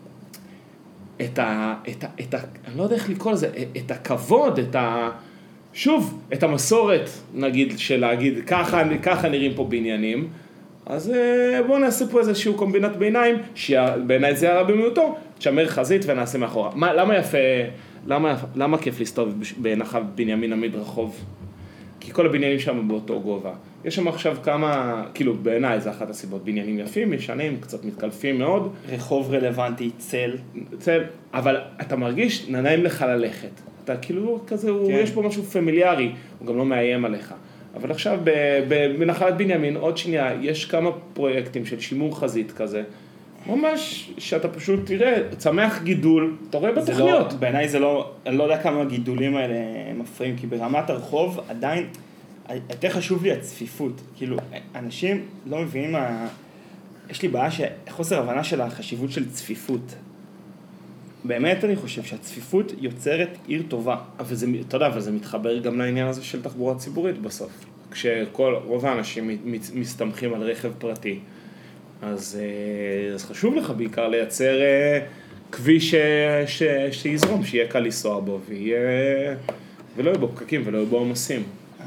את ה... את ה... את ה... אני לא יודע איך לקרוא לזה, את הכבוד, את ה... שוב, את המסורת, נגיד, של להגיד, ככה, ככה נראים פה בניינים, אז בואו נעשה פה איזשהו קומבינת ביניים, שבעיניי זה הרע במיעוטו, תשמר חזית ונעשה מאחורה. מה, למה יפה, למה, למה כיף להסתובב בעיניך בנימין עמיד רחוב? כי כל הבניינים שם באותו גובה. יש שם עכשיו כמה, כאילו בעיניי זה אחת הסיבות, בניינים יפים, ישנים, קצת מתקלפים מאוד. רחוב רלוונטי, צל. צל, אבל אתה מרגיש, נעים לך ללכת. אתה כאילו כזה, כן. יש פה משהו פמיליארי, הוא גם לא מאיים עליך. אבל עכשיו בנחלת בנימין, עוד שנייה, יש כמה פרויקטים של שימור חזית כזה, ממש, שאתה פשוט תראה, צמח גידול, אתה רואה בתוכניות. לא, בעיניי זה לא, אני לא יודע כמה הגידולים האלה מפריעים, כי ברמת הרחוב עדיין, יותר חשוב לי הצפיפות. כאילו, אנשים לא מבינים מה... יש לי בעיה שחוסר הבנה של החשיבות של צפיפות. באמת אני חושב שהצפיפות יוצרת עיר טובה. אבל זה, אתה יודע, אבל זה מתחבר גם לעניין הזה של תחבורה ציבורית בסוף. כשכל, רוב האנשים מסתמכים על רכב פרטי, אז, אז חשוב לך בעיקר לייצר כביש ש, ש, שיזרום, שיהיה קל לנסוע בו, ויהיה, ולא יהיו בו פקקים ולא יהיו בו עומסים.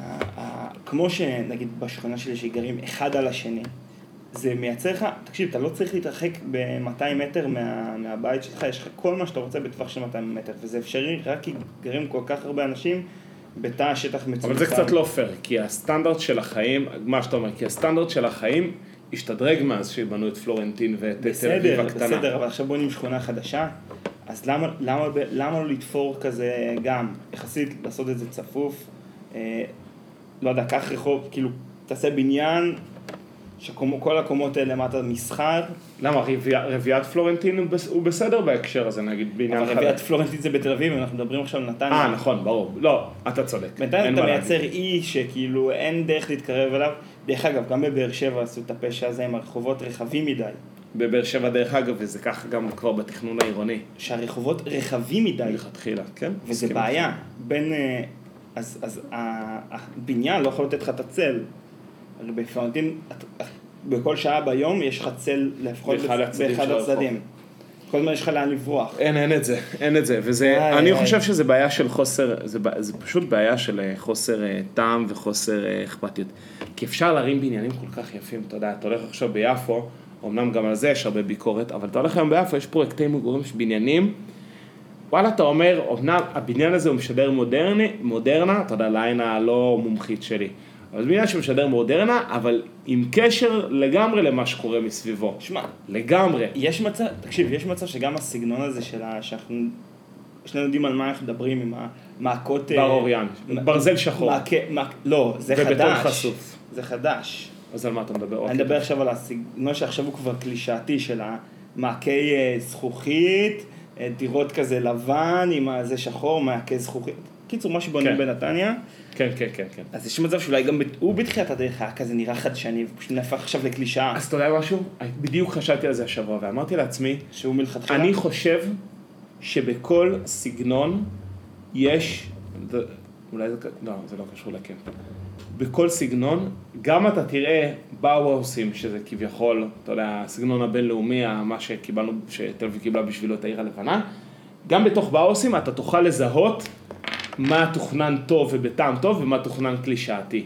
כמו שנגיד בשכונה שלי שגרים אחד על השני, זה מייצר לך, תקשיב, אתה לא צריך להתרחק ב-מאתיים מטר מה, מהבית שלך, יש לך כל מה שאתה רוצה בטווח של מאתיים מטר, וזה אפשרי רק כי גרים כל כך הרבה אנשים בתא שטח מצומצם. אבל זה קצת לא פייר, כי הסטנדרט של החיים, מה שאתה אומר, כי הסטנדרט של החיים השתדרג מאז שבנו את פלורנטין ואת תל אביב הקטנה. בסדר, בסדר, אבל עכשיו בונים שכונה חדשה, אז למה, למה, למה לא לתפור כזה גם, יחסית לעשות את זה צפוף, אה, לא יודע, כך רחוב, כאילו, תעשה בניין, שכל הקומות האלה למטה מסחר. למה? רביעת פלורנטין הוא בסדר בהקשר הזה, נגיד בעניין חדש. אבל רביעת פלורנטין זה בתל אביב, אנחנו מדברים עכשיו על נתניה. אה, נכון, ברור. לא, אתה צודק. בינתיים אתה מייצר אי שכאילו אין דרך להתקרב אליו. דרך אגב, גם בבאר שבע עשו את הפשע הזה עם הרחובות רחבים מדי. בבאר שבע דרך אגב, וזה כך גם כבר בתכנון העירוני. שהרחובות רחבים מדי. לכתחילה, כן. וזה בעיה. בין, אז, אז הבניין לא יכול לתת לך את הצל. בפלורנטין, בכל שעה ביום יש לך צל לפחות באחד הצדדים. כל הזמן יש לך לאן לברוח. אין, אין את זה, אין את זה. וזה, אני חושב שזה בעיה של חוסר, זה, זה פשוט בעיה של חוסר טעם וחוסר אכפתיות. כי אפשר להרים בניינים כל כך יפים, אתה יודע, אתה הולך עכשיו ביפו, אמנם גם על זה יש הרבה ביקורת, אבל אתה הולך היום ביפו, יש פרויקטי מגורים של בניינים, וואלה, אתה אומר, אמנם הבניין הזה הוא משדר מודרני, מודרנה, אתה יודע, לעין הלא מומחית שלי. אבל זה בניין שמשדר מודרנה, אבל עם קשר לגמרי למה שקורה מסביבו. שמע, לגמרי. יש מצב, תקשיב, יש מצב שגם הסגנון הזה שלה, שאנחנו, שנינו יודעים על מה אנחנו מדברים, עם המעקות... בר אוריין, ברזל שחור. מעקה, מעק, לא, זה חדש. ובטון חשוף. זה חדש. אז על מה אתה מדבר? אני מדבר עכשיו על הסגנון שעכשיו הוא כבר קלישאתי של המעקי זכוכית, דירות כזה לבן עם זה שחור, מעקי זכוכית. קיצור, מה שבונים בנתניה. כן, כן, כן, כן. אז יש מצב שאולי גם הוא בתחילת הדרך היה כזה נראה חדשני, ופשוט נהפך עכשיו לקלישאה. אז אתה יודע משהו? בדיוק חשבתי על זה השבוע, ואמרתי לעצמי, שהוא מלכתחילה? אני חושב שבכל סגנון יש, אולי זה, לא, זה לא קשור לקמפ. בכל סגנון, גם אתה תראה באו-האוסים, שזה כביכול, אתה יודע, הסגנון הבינלאומי, מה שקיבלנו, שתל אביב קיבלה בשבילו את העיר הלבנה, גם בתוך באו-האוסים אתה תוכל לזהות מה תוכנן טוב ובטעם טוב, ומה תוכנן קלישאתי.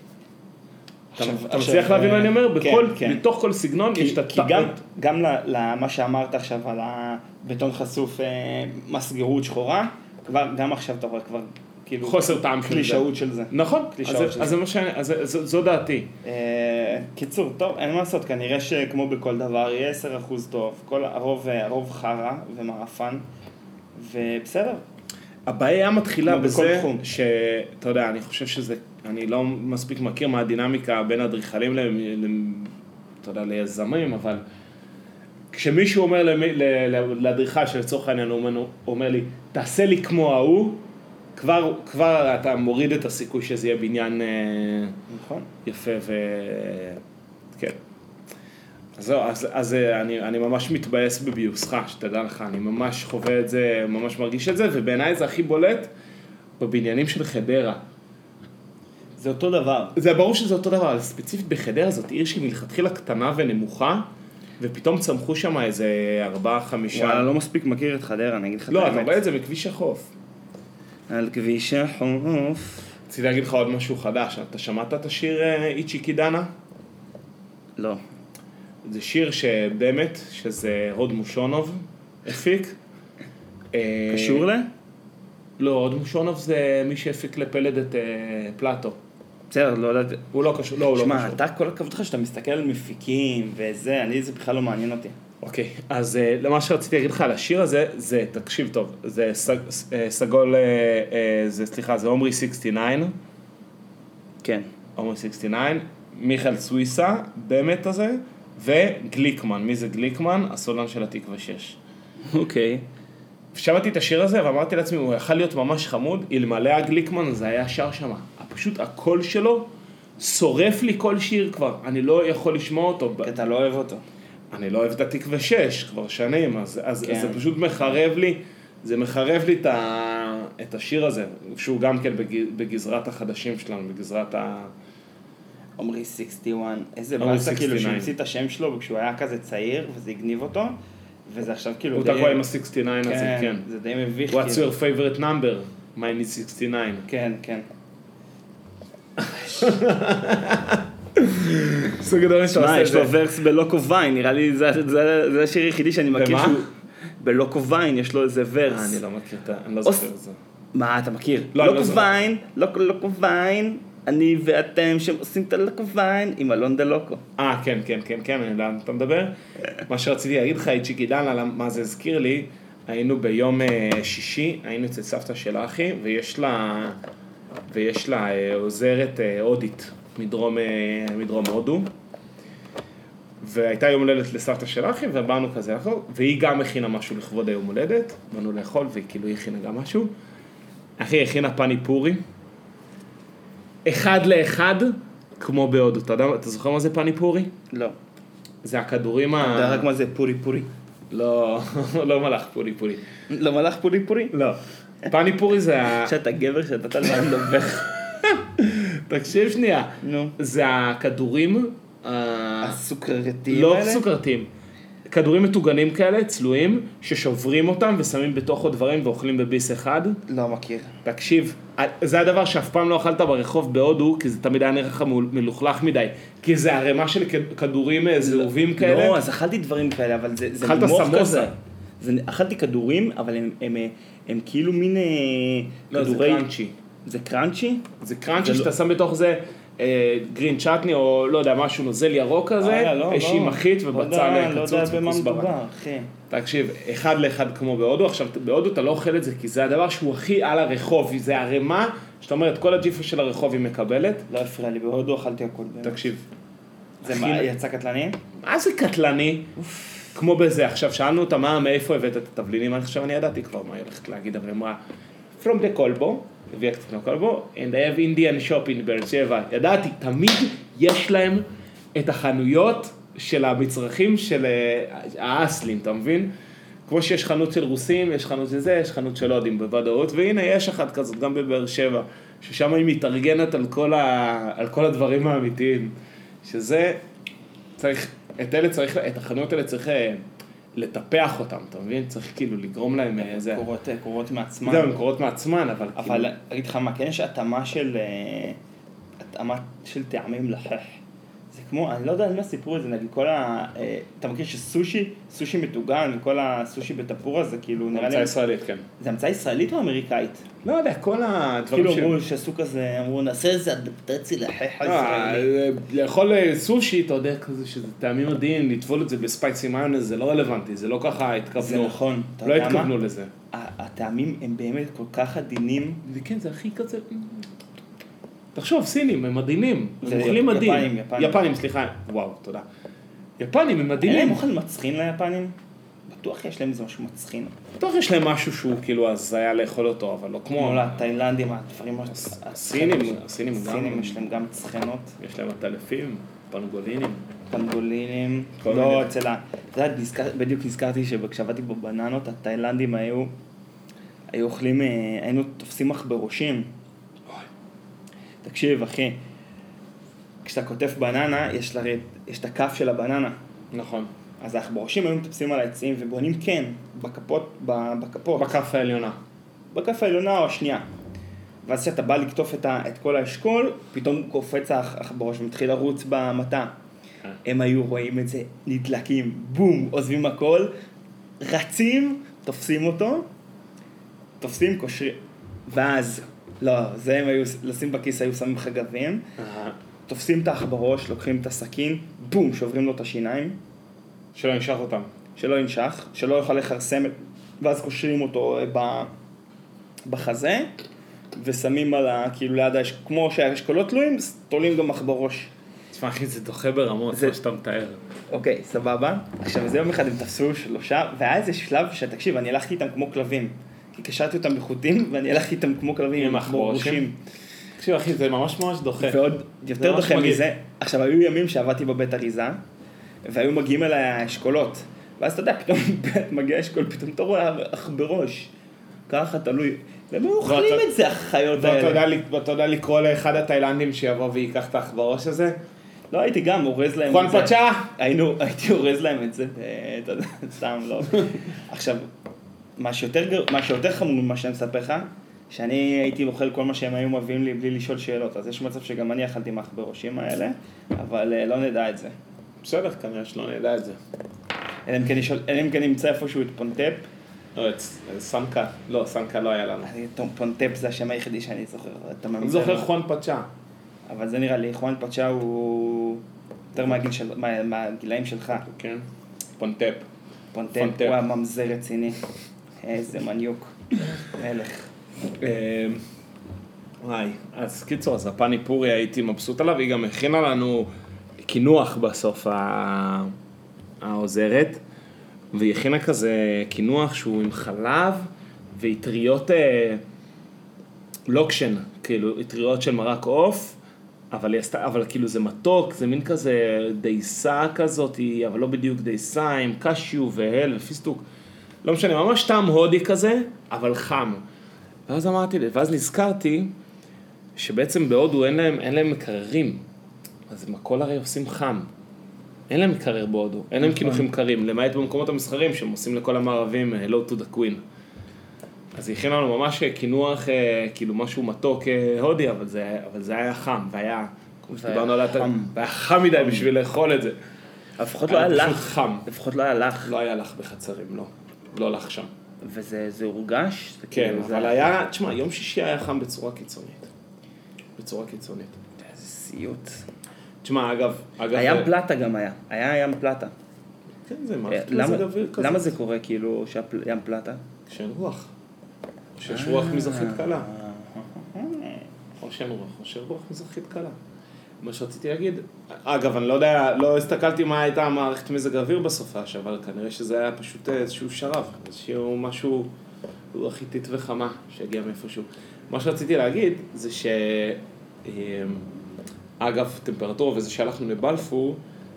אתה מצליח להבין מה אני אומר? בתוך כל סגנון יש את הטעם. גם למה שאמרת עכשיו על הבטון חשוף מסגרות שחורה, גם עכשיו אתה רואה כבר חוסר טעם של זה. קלישאות של זה. נכון, אז זו דעתי. קיצור, טוב, אין מה לעשות, כנראה שכמו בכל דבר יהיה עשרה אחוז טוב, הרוב חרה ומערפן, ובסדר. הבעיה מתחילה בזה שאתה יודע, אני חושב שזה, אני לא מספיק מכיר מה הדינמיקה בין אדריכלים אתה יודע, ליזמים, אבל כשמישהו אומר לאדריכל שלצורך העניין הוא אומר לי, תעשה לי כמו ההוא, כבר, כבר אתה מוריד את הסיכוי שזה יהיה בניין נכון. יפה ו... כן. אז זהו, אז, אז אני, אני ממש מתבאס בביוסך, שתדע לך, אני ממש חווה את זה, ממש מרגיש את זה, ובעיניי זה הכי בולט בבניינים של חדרה. זה אותו דבר. זה ברור שזה אותו דבר, אבל ספציפית בחדרה זאת עיר שהיא מלכתחילה קטנה ונמוכה, ופתאום צמחו שם איזה ארבעה, חמישה... וואלה, לא מספיק מכיר את חדרה, אני אגיד לך את האמת. לא, אתה רואה את זה בכביש החוף. על כביש החוף. רציתי להגיד לך עוד משהו חדש, אתה שמעת את השיר איצ'י קידנה? לא. זה שיר שבאמת, שזה הוד מושונוב הפיק. קשור לה? לא, הוד מושונוב זה מי שהפיק לפלד את פלטו. בסדר, לא יודעת. הוא לא קשור, לא, הוא לא קשור. שמע, אתה כל הכבוד לך שאתה מסתכל על מפיקים וזה, אני זה בכלל לא מעניין אותי. אוקיי, אז למה שרציתי להגיד לך על השיר הזה, זה, תקשיב טוב, זה סגול, זה, סליחה, זה עומרי תשעים ותשע. כן. עומרי תשעים ותשע, מיכאל סוויסה, באמת הזה, וגליקמן. מי זה גליקמן? הסולן של התקווה שש. אוקיי. שמעתי את השיר הזה ואמרתי לעצמי, הוא יכול להיות ממש חמוד, אלמלא הגליקמן זה היה שר שם. פשוט הקול שלו שורף לי כל שיר כבר, אני לא יכול לשמוע אותו. כי אתה לא אוהב אותו. אני לא אוהב את התקווה שש כבר שנים, אז, אז כן. זה פשוט מחרב לי, זה מחרב לי את, ה, את השיר הזה, שהוא גם כן בגזרת החדשים שלנו, בגזרת ה... עומרי שישים ואחת, איזה עומרי באסה כאילו שישים ותשע. שהמציא את השם שלו כשהוא היה כזה צעיר וזה הגניב אותו, וזה עכשיו כאילו הוא תקוע עם ה-שישים ותשע הזה, כן. זה די מביך. What's כאילו. your favorite number? mine is שישים ותשע. כן, כן. סוג גדול שאתה מה, עושה את יש זה. לו ורס בלוקו ויין, נראה לי זה, זה, זה השיר היחידי שאני מכיר במה? שהוא... בלוקו ויין יש לו איזה ורס. אה, אני לא מכיר את ה... אני לא זוכר את זה. מה, אתה מכיר? לא, אני לא לוקו זוכר. ויין, לוקו לוקו ויין, אני ואתם שעושים את הלוקו ויין עם אלון דה לוקו. אה, כן, כן, כן, כן, אני יודע על מה אתה מדבר. מה שרציתי להגיד לך, איצ'יקי דנה, מה זה הזכיר לי, היינו ביום אה, שישי, היינו אצל סבתא של אחי, ויש לה, ויש לה אה, עוזרת אה, הודית מדרום, אה, מדרום הודו, והייתה יום הולדת לסבתא של אחי, ובאנו כזה לאכול, והיא גם הכינה משהו לכבוד היום הולדת, באנו לאכול, והיא כאילו הכינה גם משהו. אחי הכינה פני פורי, אחד לאחד, כמו בהודו. אתה יודע, אתה זוכר מה זה פני פורי? לא. זה הכדורים ה... אתה יודע רק מה זה פורי פורי? לא, לא מלאך פורי פורי. לא מלאך פורי פורי? לא. פני פורי זה ה... שאתה גבר שאתה תלמד לדבר. תקשיב שנייה. נו. זה הכדורים... הסוכרתיים לא האלה? סוכרתיים. כדורים מטוגנים כאלה, צלויים, ששוברים אותם ושמים בתוכו דברים ואוכלים בביס אחד. לא מכיר. תקשיב, זה הדבר שאף פעם לא אכלת ברחוב בהודו, כי זה תמיד היה נראה לך מלוכלך מדי, כי זה ערימה של כדורים זהובים כאלה. לא, אז אכלתי דברים כאלה, אבל זה, זה אכלת מוח סמוסה. כזה. זה, אכלתי כדורים, אבל הם, הם, הם, הם כאילו מין אה, לא, כדורי... זה קראנצ'י. זה קראנצ'י? זה קראנצ'י זה שאתה לא- שם בתוך זה אה, גרין צ'טני, או לא יודע, משהו נוזל ירוק כזה, אה, לא, איזושהי לא. מחית לא ובצל יודע- לא יודע קצוץ במה וכוסברה. מדובר, אחי. תקשיב, אחד לאחד כמו בהודו, עכשיו בהודו אתה לא אוכל את זה, כי זה הדבר שהוא הכי על הרחוב, זה הרמה, שאתה אומר, את כל הג'יפה של הרחוב היא מקבלת. לא הפריע לי, בהודו אכלתי הכל. באמת. תקשיב, זה הכי- מה, יצא קטלני? מה זה קטלני? כמו בזה, עכשיו שאלנו אותה מה, מאיפה הבאת את התבלינים, אני חושב, אני ידעתי כבר מה היא הולכת להגיד, אבל היא אמרה, From the Colbo, הביאה קצת מהקולבו, and I have Indian shop in באר שבע. ידעתי, תמיד יש להם את החנויות של המצרכים של אה, האסלים, אתה מבין? כמו שיש חנות של רוסים, יש חנות של זה, יש חנות של הודים בוודאות, והנה יש אחת כזאת גם בבאר שבע, ששם היא מתארגנת על כל, ה, על כל הדברים האמיתיים, שזה צריך, את אלה צריך, את החנויות האלה צריך אה, לטפח אותם, אתה מבין? צריך כאילו לגרום להם איזה... קורות, קורות מעצמן. זה, הן קורות מעצמן, אבל אבל כאילו... אגיד לך מה, כן יש התאמה של, אה, התאמה של טעמים לחך. זה כמו, אני לא יודע על מה סיפרו את זה, נגיד כל ה... אה, אתה מכיר שסושי, סושי מטוגן וכל הסושי בטפורה זה כאילו נראה לי... המצאה ישראלית, כן. זה המצאה ישראלית או אמריקאית? לא יודע, כל הדברים כאילו ש... אמרו שעשו כזה, אמרו נעשה איזה אדפטציה לחך לא, הישראלי. לאכול סושי, אתה יודע, כזה שזה טעמים מדהים, לטבול את זה בספייסי מיונז, זה לא רלוונטי, זה לא ככה התכוונו. זה נכון, אתה לא יודע מה? התכוונו לזה. ה- הטעמים הם באמת כל כך עדינים. וכן, זה הכי כזה... תחשוב, סינים, הם מדהימים. זה הם אוכלים מדהים. יפנים, יפנים. יפנים, סליחה. וואו, תודה. יפנים, הם אין להם מדהימים. אוכל מצחין ליפנים? בטוח יש להם איזה משהו מצחין. בטוח יש להם משהו שהוא כאילו אז היה לאכול אותו, אבל לא כמו... כמו לתאילנדים, הדברים... הסינים, הסינים גם... הסינים יש להם גם צחנות, יש להם עטלפים, פנגולינים. פנגולינים. כל לא, מיני. אצל ה... אתה יודע, נזכר- בדיוק נזכרתי שכשעבדתי בבננות, התאילנדים היו... היו אוכלים... אה, היינו תופסים מחברושים. תקשיב, אחי. כשאתה כותב בננה, יש לה- יש את הכף של הבננה. נכון. אז העכברושים היו מטפסים על העצים ובונים כן, בכפות, ב- בכפות. בכף העליונה. בכף העליונה או השנייה. ואז כשאתה בא לקטוף את, ה, את כל האשכול, פתאום קופץ העכברוש ומתחיל לרוץ במטע. הם היו רואים את זה, נדלקים, בום, עוזבים הכל, רצים, תופסים אותו, תופסים, קושרים, ואז, לא, זה הם היו, לשים בכיס היו שמים חגבים, תופסים את העכברוש, לוקחים את הסכין, בום, שוברים לו את השיניים, שלא נשאר אותם. שלא ינשך, שלא יוכל לחרסם, ואז קושרים אותו ב, בחזה, ושמים על ה... כאילו ליד האש... כמו שהאשכולות תלויים, תולים גם מחברוש. תשמע, אחי, זה דוחה ברמות, זה- מה שאתה מתאר. אוקיי, סבבה. עכשיו, איזה יום אחד הם תפסו שלושה, והיה איזה שלב שתקשיב, אני הלכתי איתם כמו כלבים. כי קשרתי אותם בחוטים, ואני הלכתי איתם כמו כלבים, עם כמו עכברושים? ראשים. תקשיב, אחי, זה ממש ממש דוחה. ועוד יותר ממש דוחה מגעיל. מזה, עכשיו היו ימים שעבדתי בבית אריזה, והיו מגיעים אליי האשכולות, ואז אתה יודע, פתאום מגיע אשכול, פתאום אתה רואה אח בראש, ככה תלוי, והם היו אוכלים ואתה- את זה, החיות ואתה יודע האלה. לי- ואתה יודע לקרוא לאחד התאילנדים שיבוא ויקח את האח בראש הזה? לא הייתי גם אורז להם חואן את זה. פצ'ה? היינו, הייתי אורז להם את זה, ואתה יודע, סתם לא. עכשיו, מה שיותר, גר- מה שיותר חמור ממה שאני מספר לך, שאני הייתי אוכל כל מה שהם היו מביאים לי בלי לשאול שאלות, אז יש מצב שגם אני אכלתי מאח בראשים האלה, אבל אה, לא נדע את זה. בסדר, כנראה שלא נדע את זה. אלא אם כן ישאל- אלא אם כן נמצא איפשהו את פונטפ, לא, את סנקה. לא, סנקה לא היה לנו. אני- פונטפ זה השם היחידי שאני זוכר, אתה אני ממזר. זוכר חואן פצ'ה. אבל זה נראה לי, חואן פצ'ה הוא יותר מהגיל של, מה- מהגילאים שלך. כן. פונטפ. פונטפ פונטפ. הוא היה ממזר רציני. איזה מניוק. מלך. אמ, וואי, אז קיצור, אז הפני פורי הייתי מבסוט עליו, היא גם הכינה לנו קינוח בסוף ה- העוזרת, והיא הכינה כזה קינוח שהוא עם חלב ואטריות אה, לוקשן, כאילו אטריות של מרק עוף, אבל, היא עשתה, אבל כאילו זה מתוק, זה מין כזה דייסה כזאת, אבל לא בדיוק דייסה, עם קשיו והל ופיסטוק, לא משנה, ממש טעם הודי כזה, אבל חם. ואז אמרתי, ואז נזכרתי שבעצם בהודו אין להם, אין להם מקררים, אז הם הכל הרי עושים חם. אין להם מקרר בהודו, אין להם קינוחים קרים, למעט במקומות המסחרים שהם עושים לכל המערבים Hello to the Queen. אז היא הכינה לנו ממש קינוח, אה, כאילו משהו מתוק אה, הודי, אבל זה, אבל זה היה חם, והיה, כמו שדיברנו על זה, חם. והיה חם מדי בשביל לאכול את זה. לפחות לא היה פשוט לך. חם. לפחות לא היה לך. לא היה לך בחצרים, לא. לא לך שם. וזה זה הורגש? זה כן, כאילו, זה אבל היה, תשמע, יום שישי היה חם בצורה קיצונית. בצורה קיצונית. איזה סיוט. תשמע, אגב, אגב... הים פלטה גם היה. היה ים פלטה. כן, זה אה, מערכת למה- מזג אוויר כזה. למה זה קורה כאילו שהים פלטה? כשאין רוח. או שיש רוח מזרחית קלה. אה, או שאין רוח, או שיש רוח מזרחית קלה. מה שרציתי להגיד, אגב, אני לא יודע, לא הסתכלתי מה הייתה מערכת מזג האוויר בסופש, אבל כנראה שזה היה פשוט איזשהו שרב, איזשהו משהו רוח איטית וחמה שהגיע מאיפשהו. מה שרציתי להגיד זה ש... אגב, טמפרטורה וזה שהלכנו לבלפור,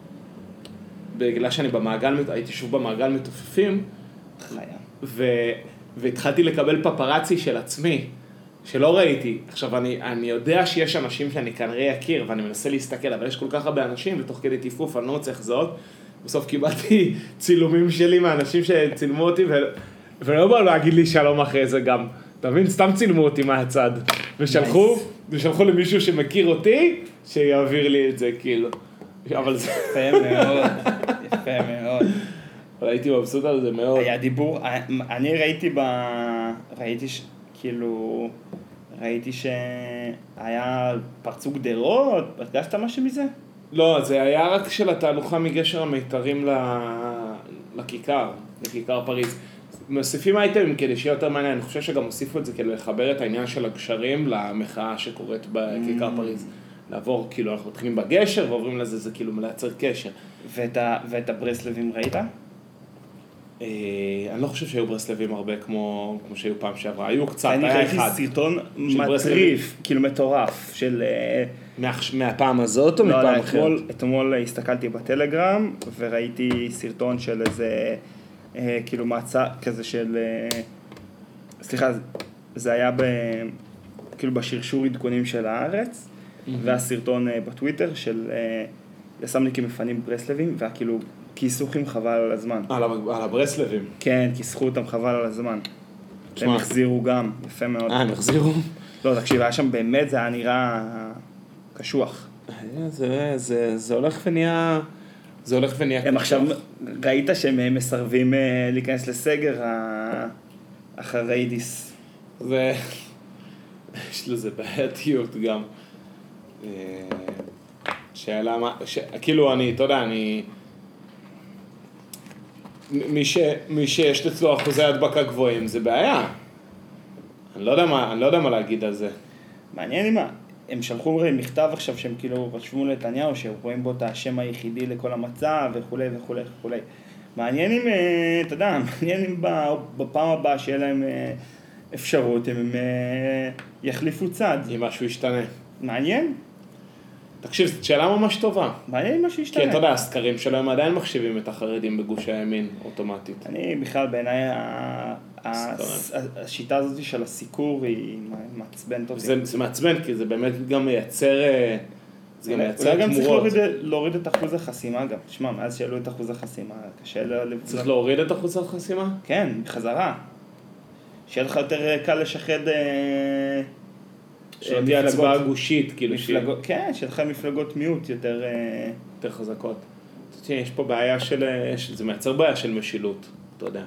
בגלל שאני במעגל, הייתי שוב במעגל מתופפים, חיה. ו... והתחלתי לקבל פפרצי של עצמי, שלא ראיתי. עכשיו, אני, אני יודע שיש אנשים שאני כנראה אכיר, ואני מנסה להסתכל, אבל יש כל כך הרבה אנשים, ותוך כדי טיפוף, אני לא מצליח לזהות. בסוף קיבלתי צילומים שלי מהאנשים שצילמו אותי, ו... ולא באו להגיד לי שלום אחרי זה גם. אתה מבין? סתם צילמו אותי מהצד. ושלחו, ושלחו למישהו שמכיר אותי, שיעביר לי את זה, כאילו. אבל זה... יפה מאוד. יפה מאוד. אבל הייתי מבסוט על זה מאוד. היה דיבור, אני ראיתי ב... ראיתי ש... כאילו... ראיתי שהיה פרצו גדרות, הרגשת משהו מזה? לא, זה היה רק של התהלוכה מגשר המיתרים ל... לכיכר, לכיכר פריז. מוסיפים אייטמים כדי שיהיה יותר מעניין, אני חושב שגם הוסיפו את זה כדי לחבר את העניין של הגשרים למחאה שקורית בכיכר פריז. לעבור, כאילו, אנחנו מתחילים בגשר ועוברים לזה, זה כאילו מלייצר קשר. ואת, ה... ואת הברסלבים ראית? אה, אני לא חושב שהיו ברסלבים הרבה כמו, כמו שהיו פעם שעברה, היו קצת, אני היה ראיתי אחד. סרטון ברסלבים. מטריף, כאילו מטורף, של... אה, מה, מהפעם הזאת או לא, מפעם לא, אחרת? אתמול, אתמול הסתכלתי בטלגרם וראיתי סרטון של איזה, אה, כאילו מעצה כזה של, אה, סליחה, זה היה ב, כאילו בשרשור עדכונים של הארץ, והסרטון אה, בטוויטר של אה, יס"מניקים מפנים ברסלבים, והכאילו כיסוכים חבל על הזמן. על, על הברסלבים. כן, כיסחו אותם חבל על הזמן. תשמע. הם החזירו גם, יפה מאוד. אה, הם החזירו? לא, תקשיב, היה שם באמת, זה היה נראה קשוח. זה, זה, זה הולך ונהיה, זה הולך ונהיה. הם עכשיו, ראית שהם מסרבים אה, להיכנס לסגר ה- אחרי דיס. זה, יש לזה בעייתיות גם. אה, שאלה מה, ש, כאילו אני, אתה יודע, אני, מי, ש, מי שיש אצלו אחוזי הדבקה גבוהים, זה בעיה. אני לא יודע מה, אני לא יודע מה להגיד על זה. מעניין לי מה, הם שלחו מכתב עכשיו שהם כאילו רשמו לנתניהו, שרואים בו את השם היחידי לכל המצב וכולי וכולי וכולי. מעניין אם, אתה יודע, מעניין אם בפעם הבאה שיהיה להם אפשרות, אם הם יחליפו צד. אם משהו ישתנה. מעניין? תקשיב, זאת שאלה ממש טובה. מעניין אם משהו ישתנה. כי אתה יודע, הסקרים שלהם עדיין מחשיבים את החרדים בגוש הימין אוטומטית. אני בכלל בעיניי, השיטה הזאת של הסיקור היא מעצבנת אותי. זה מעצבן, כי זה באמת גם מייצר, זה גם מייצר תמורות. אולי גם צריך להוריד את אחוז החסימה גם. תשמע, מאז שעלו את אחוז החסימה, קשה ל... צריך להוריד את אחוז החסימה? כן, בחזרה. שיהיה לך יותר קל לשחד... שלא תהיה הצבעה גושית, כאילו ש... כן, שיהיה לך מפלגות מיעוט יותר... יותר חזקות. יש פה בעיה של... זה מייצר בעיה של משילות, אתה יודע.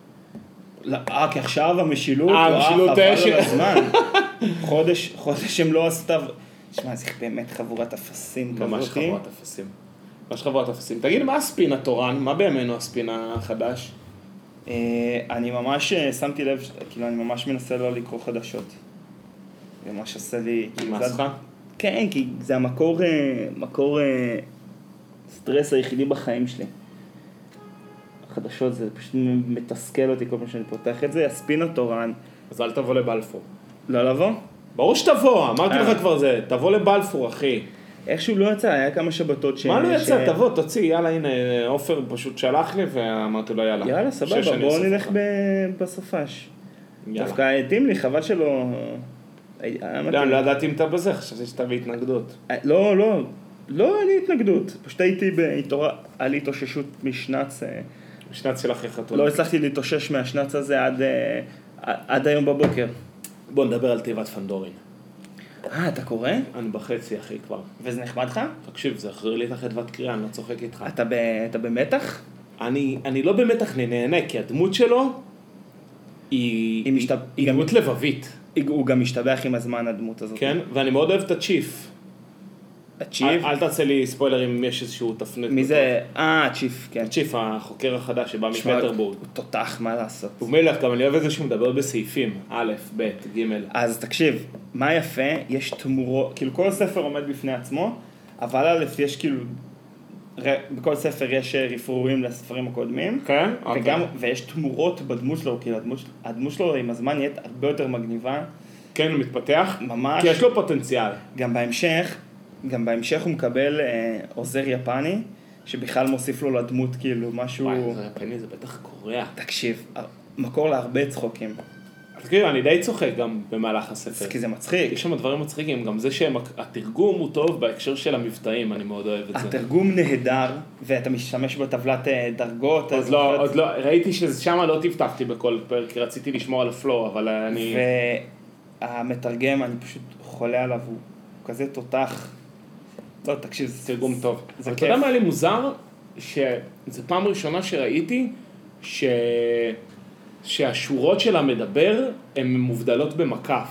אה, כי עכשיו המשילות... אה, המשילות... חבל על הזמן. חודש, חודש הם לא עשו... תשמע, זה באמת חבורת אפסים כזאת. ממש חבורת אפסים. ממש חבורת אפסים. תגיד, מה הספין התורן? מה בימינו הספין החדש? אני ממש שמתי לב, כאילו, אני ממש מנסה לא לקרוא חדשות. זה ממש עושה לי... מסך? כן, כי זה המקור, מקור סטרס היחידי בחיים שלי. החדשות זה פשוט מתסכל אותי כל פעם שאני פותח את זה. הספין התורן. אז אל תבוא לבלפור. לא לבוא? ברור שתבוא, אמרתי לך כבר זה, תבוא לבלפור, אחי. איכשהו לא יצא, היה כמה שבתות ש... מה לא יצא? תבוא, תוציא, יאללה, הנה, עופר פשוט שלח לי ואמרתי לו יאללה. יאללה, סבבה, בואו נלך בסופש. דווקא התאים לי, חבל שלא... לא, אני לא ידעתי אם אתה בזה, חשבתי שאתה בהתנגדות. לא, לא, לא, אני התנגדות. פשוט הייתי על התאוששות משנץ. משנץ של אחרי חתונה. לא הצלחתי להתאושש מהשנץ הזה עד היום בבוקר. בוא נדבר על תיבת פנדורין. אה, אתה קורא? אני בחצי, אחי, כבר. וזה נחמד לך? תקשיב, זה החזיר לי את החדוות קריאה, אני לא צוחק איתך. אתה במתח? אני לא במתח, אני נהנה, כי הדמות שלו היא דמות לבבית. הוא גם משתבח עם הזמן, הדמות הזאת. כן, ואני מאוד אוהב את הצ'יף. הצ'יף? אל תעשה לי ספוילרים אם יש איזשהו תפנית. מי זה? אה, הצ'יף, כן. הצ'יף, החוקר החדש שבא מפטרבורג. הוא תותח, מה לעשות? הוא מלך, גם אני אוהב את זה שהוא מדבר בסעיפים, א', ב', ג'. אז תקשיב, מה יפה? יש תמורות, כאילו כל הספר עומד בפני עצמו, אבל א', יש כאילו, בכל ספר יש רפרורים לספרים הקודמים. כן? וגם, ויש תמורות בדמות שלו, כאילו הדמות, הדמות שלו עם הזמן נהיית הרבה יותר מגניבה. כן, הוא מתפתח. ממש. כי יש לו פוטנציאל. גם בהמשך, גם בהמשך הוא מקבל אה, עוזר יפני, שבכלל מוסיף לו לדמות כאילו משהו... וואי, עוזר יפני זה בטח קורע. תקשיב, מקור להרבה צחוקים. אז כאילו, אני די צוחק גם במהלך הספר. כי זה מצחיק. יש שם דברים מצחיקים, גם זה שהתרגום הוא טוב בהקשר של המבטאים, אני מאוד אוהב את זה. התרגום נהדר, ואתה משתמש בטבלת דרגות. אז לא, עוד לא, ראיתי ששם לא טפטפתי בכל פרק, כי רציתי לשמור על הפלואו, אבל אני... והמתרגם, אני פשוט חולה עליו, הוא כזה תותח. לא, תקשיב, זה תרגום טוב. זה כיף. אתה יודע מה לי מוזר? שזו פעם ראשונה שראיתי ש... שהשורות של המדבר הן מובדלות במקף.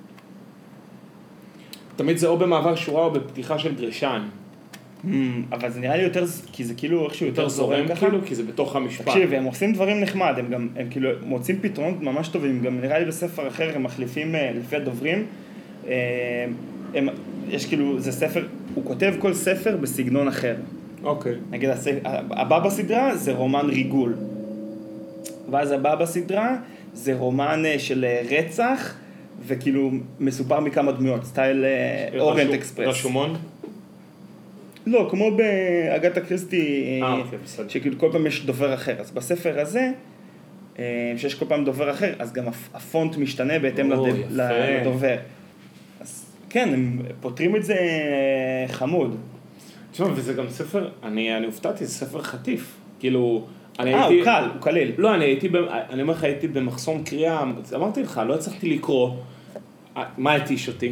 תמיד זה או במעבר שורה או בפתיחה של גרשן. אבל זה נראה לי יותר, כי זה כאילו איכשהו יותר זורם ככה. כאילו, כי זה בתוך המשפט. תקשיב, הם עושים דברים נחמד, הם גם, הם כאילו מוצאים פתרונות ממש טובים, גם נראה לי בספר אחר הם מחליפים לפי הדוברים. הם, יש כאילו, זה ספר, הוא כותב כל ספר בסגנון אחר. אוקיי. נגיד, הבא בסדרה זה רומן ריגול. ואז הבא בסדרה זה רומן של רצח, וכאילו מסופר מכמה דמויות, סטייל אורנט אקספרס. רשומון? לא, כמו באגתה קריסטי, אה, אוקיי, בסדר. שכאילו כל פעם יש דובר אחר. אז בספר הזה, שיש כל פעם דובר אחר, אז גם הפונט משתנה בהתאם לדובר. אז כן, הם פותרים את זה חמוד. תשמע, וזה גם ספר, אני, אני הופתעתי, זה ספר חטיף. כאילו, אני אה, הייתי... הוא קל, הוא קליל. לא, אני הייתי, אני אומר לך, הייתי במחסום קריאה, אמרתי לך, לא הצלחתי לקרוא. מה התיש אותי?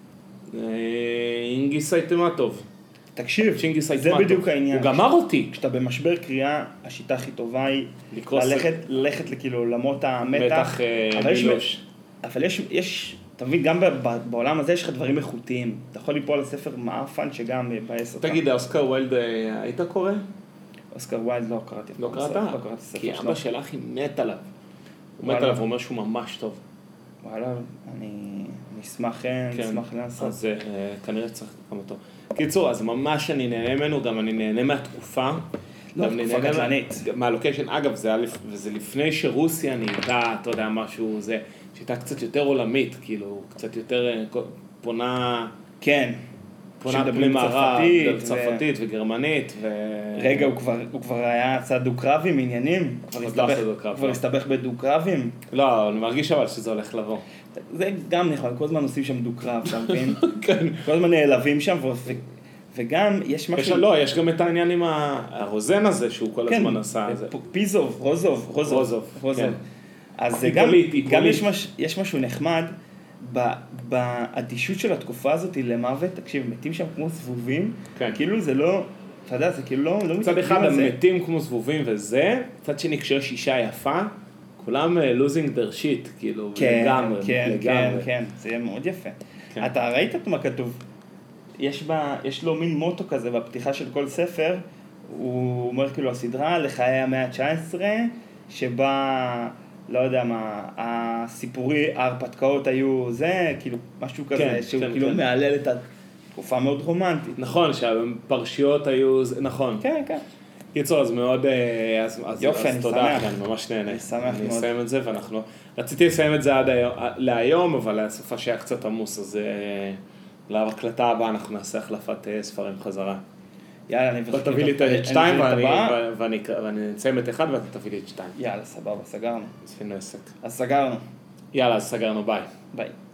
אינגיס אייטמטוב. תקשיב, צ'ינגיס זה אייטמטוב. בדיוק העניין. הוא גמר אותי. כשאתה במשבר קריאה, השיטה הכי טובה היא לקרוא ללכת, ללכת לכאילו למות המתח. מתח מילוש. אבל יש, יש, אתה מבין, גם בעולם הזה יש לך דברים איכותיים. אתה יכול ליפול על ספר מאפן שגם מבאס אותך. תגיד, אוסקר ויילד, היית קורא? אוסקר ויילד לא קראתי. לא קראת? לא קראתי ספר כי שלו. אבא של אחי מת עליו. הוא מת עליו, הוא אומר שהוא ממש טוב. וואלה, אני אני אשמח אה, כן, אשמח לנסות. אז אה, כנראה צריך גם אותו. קיצור, אז ממש אני נהנה ממנו, גם אני נהנה מהתקופה. לא, גם אני תקופה נהנה קטלנית. מה- מהלוקיישן, אגב, זה היה לפ- וזה לפני שרוסיה נהייתה, אתה יודע, משהו, זה, שהייתה קצת יותר עולמית, כאילו, קצת יותר אה, פונה, כן. פונה שמדברים פני מערב, צרפתית, ו- צרפתית וגרמנית, ו... רגע, הוא כבר, הוא כבר היה צד דו-קרבים, עניינים? הוא כבר עוד לא הסתבך- עשה דו-קרב, כבר לא. הסתבך בדו-קרבים? לא, אני מרגיש אבל שזה הולך לבוא. זה גם נכון, כל הזמן עושים שם דו-קרב, אתה מבין? כן. כל הזמן נעלבים שם, ו- ו- וגם יש יש, משהו... לא, יש גם את העניין עם ה- הרוזן הזה שהוא כל הזמן עשה. זה. פ- פיזוב, רוזוב, רוזוב, רוזוב, רוזוב. כן. אז זה היא גם, פוליט, היא גם פוליט. יש, מש, יש משהו נחמד ב- באדישות של התקופה הזאת למוות, תקשיב, מתים שם כמו זבובים, כן. כאילו זה לא, אתה יודע, זה כאילו לא, לא מצד מתקדמים אחד על הם זה. מתים כמו זבובים וזה, מצד שני כשיש אישה יפה, כולם אה, losing their shit, כאילו, כן, לגמרי, כן, כן, לגמרי. כן, זה יהיה מאוד יפה. כן. אתה ראית מה כתוב? יש, בה, יש לו מין מוטו כזה בפתיחה של כל ספר, הוא אומר כאילו הסדרה לחיי המאה ה-תשע עשרה, שבה, לא יודע מה, הסיפורי, ההרפתקאות היו זה, כאילו משהו כזה, כן, שהוא כן, כאילו כן. מעלל את התקופה מאוד רומנטית. נכון, שהפרשיות היו, זה- נכון. כן, כן. קיצור, אז מאוד, אה, אז, אז, יופי, אז אני תודה, שמח. כן, אני ממש נהנה. אני שמח אני מאוד. אסיים את זה, ואנחנו, רציתי לסיים את זה עד היום, להיום, אבל הסופה שהיה קצת עמוס, אז אה, להקלטה הבאה אנחנו נעשה החלפת אה, ספרים חזרה. יאללה, אני אתה תביא לי את שתיים, הבאה. ואני- ואני ואני אסיים את אחד, ואתה תביא לי את שתיים. יאללה, סבבה, סגרנו. עשינו עסק. אז סגרנו. יאללה, אז סגרנו, ביי. ביי.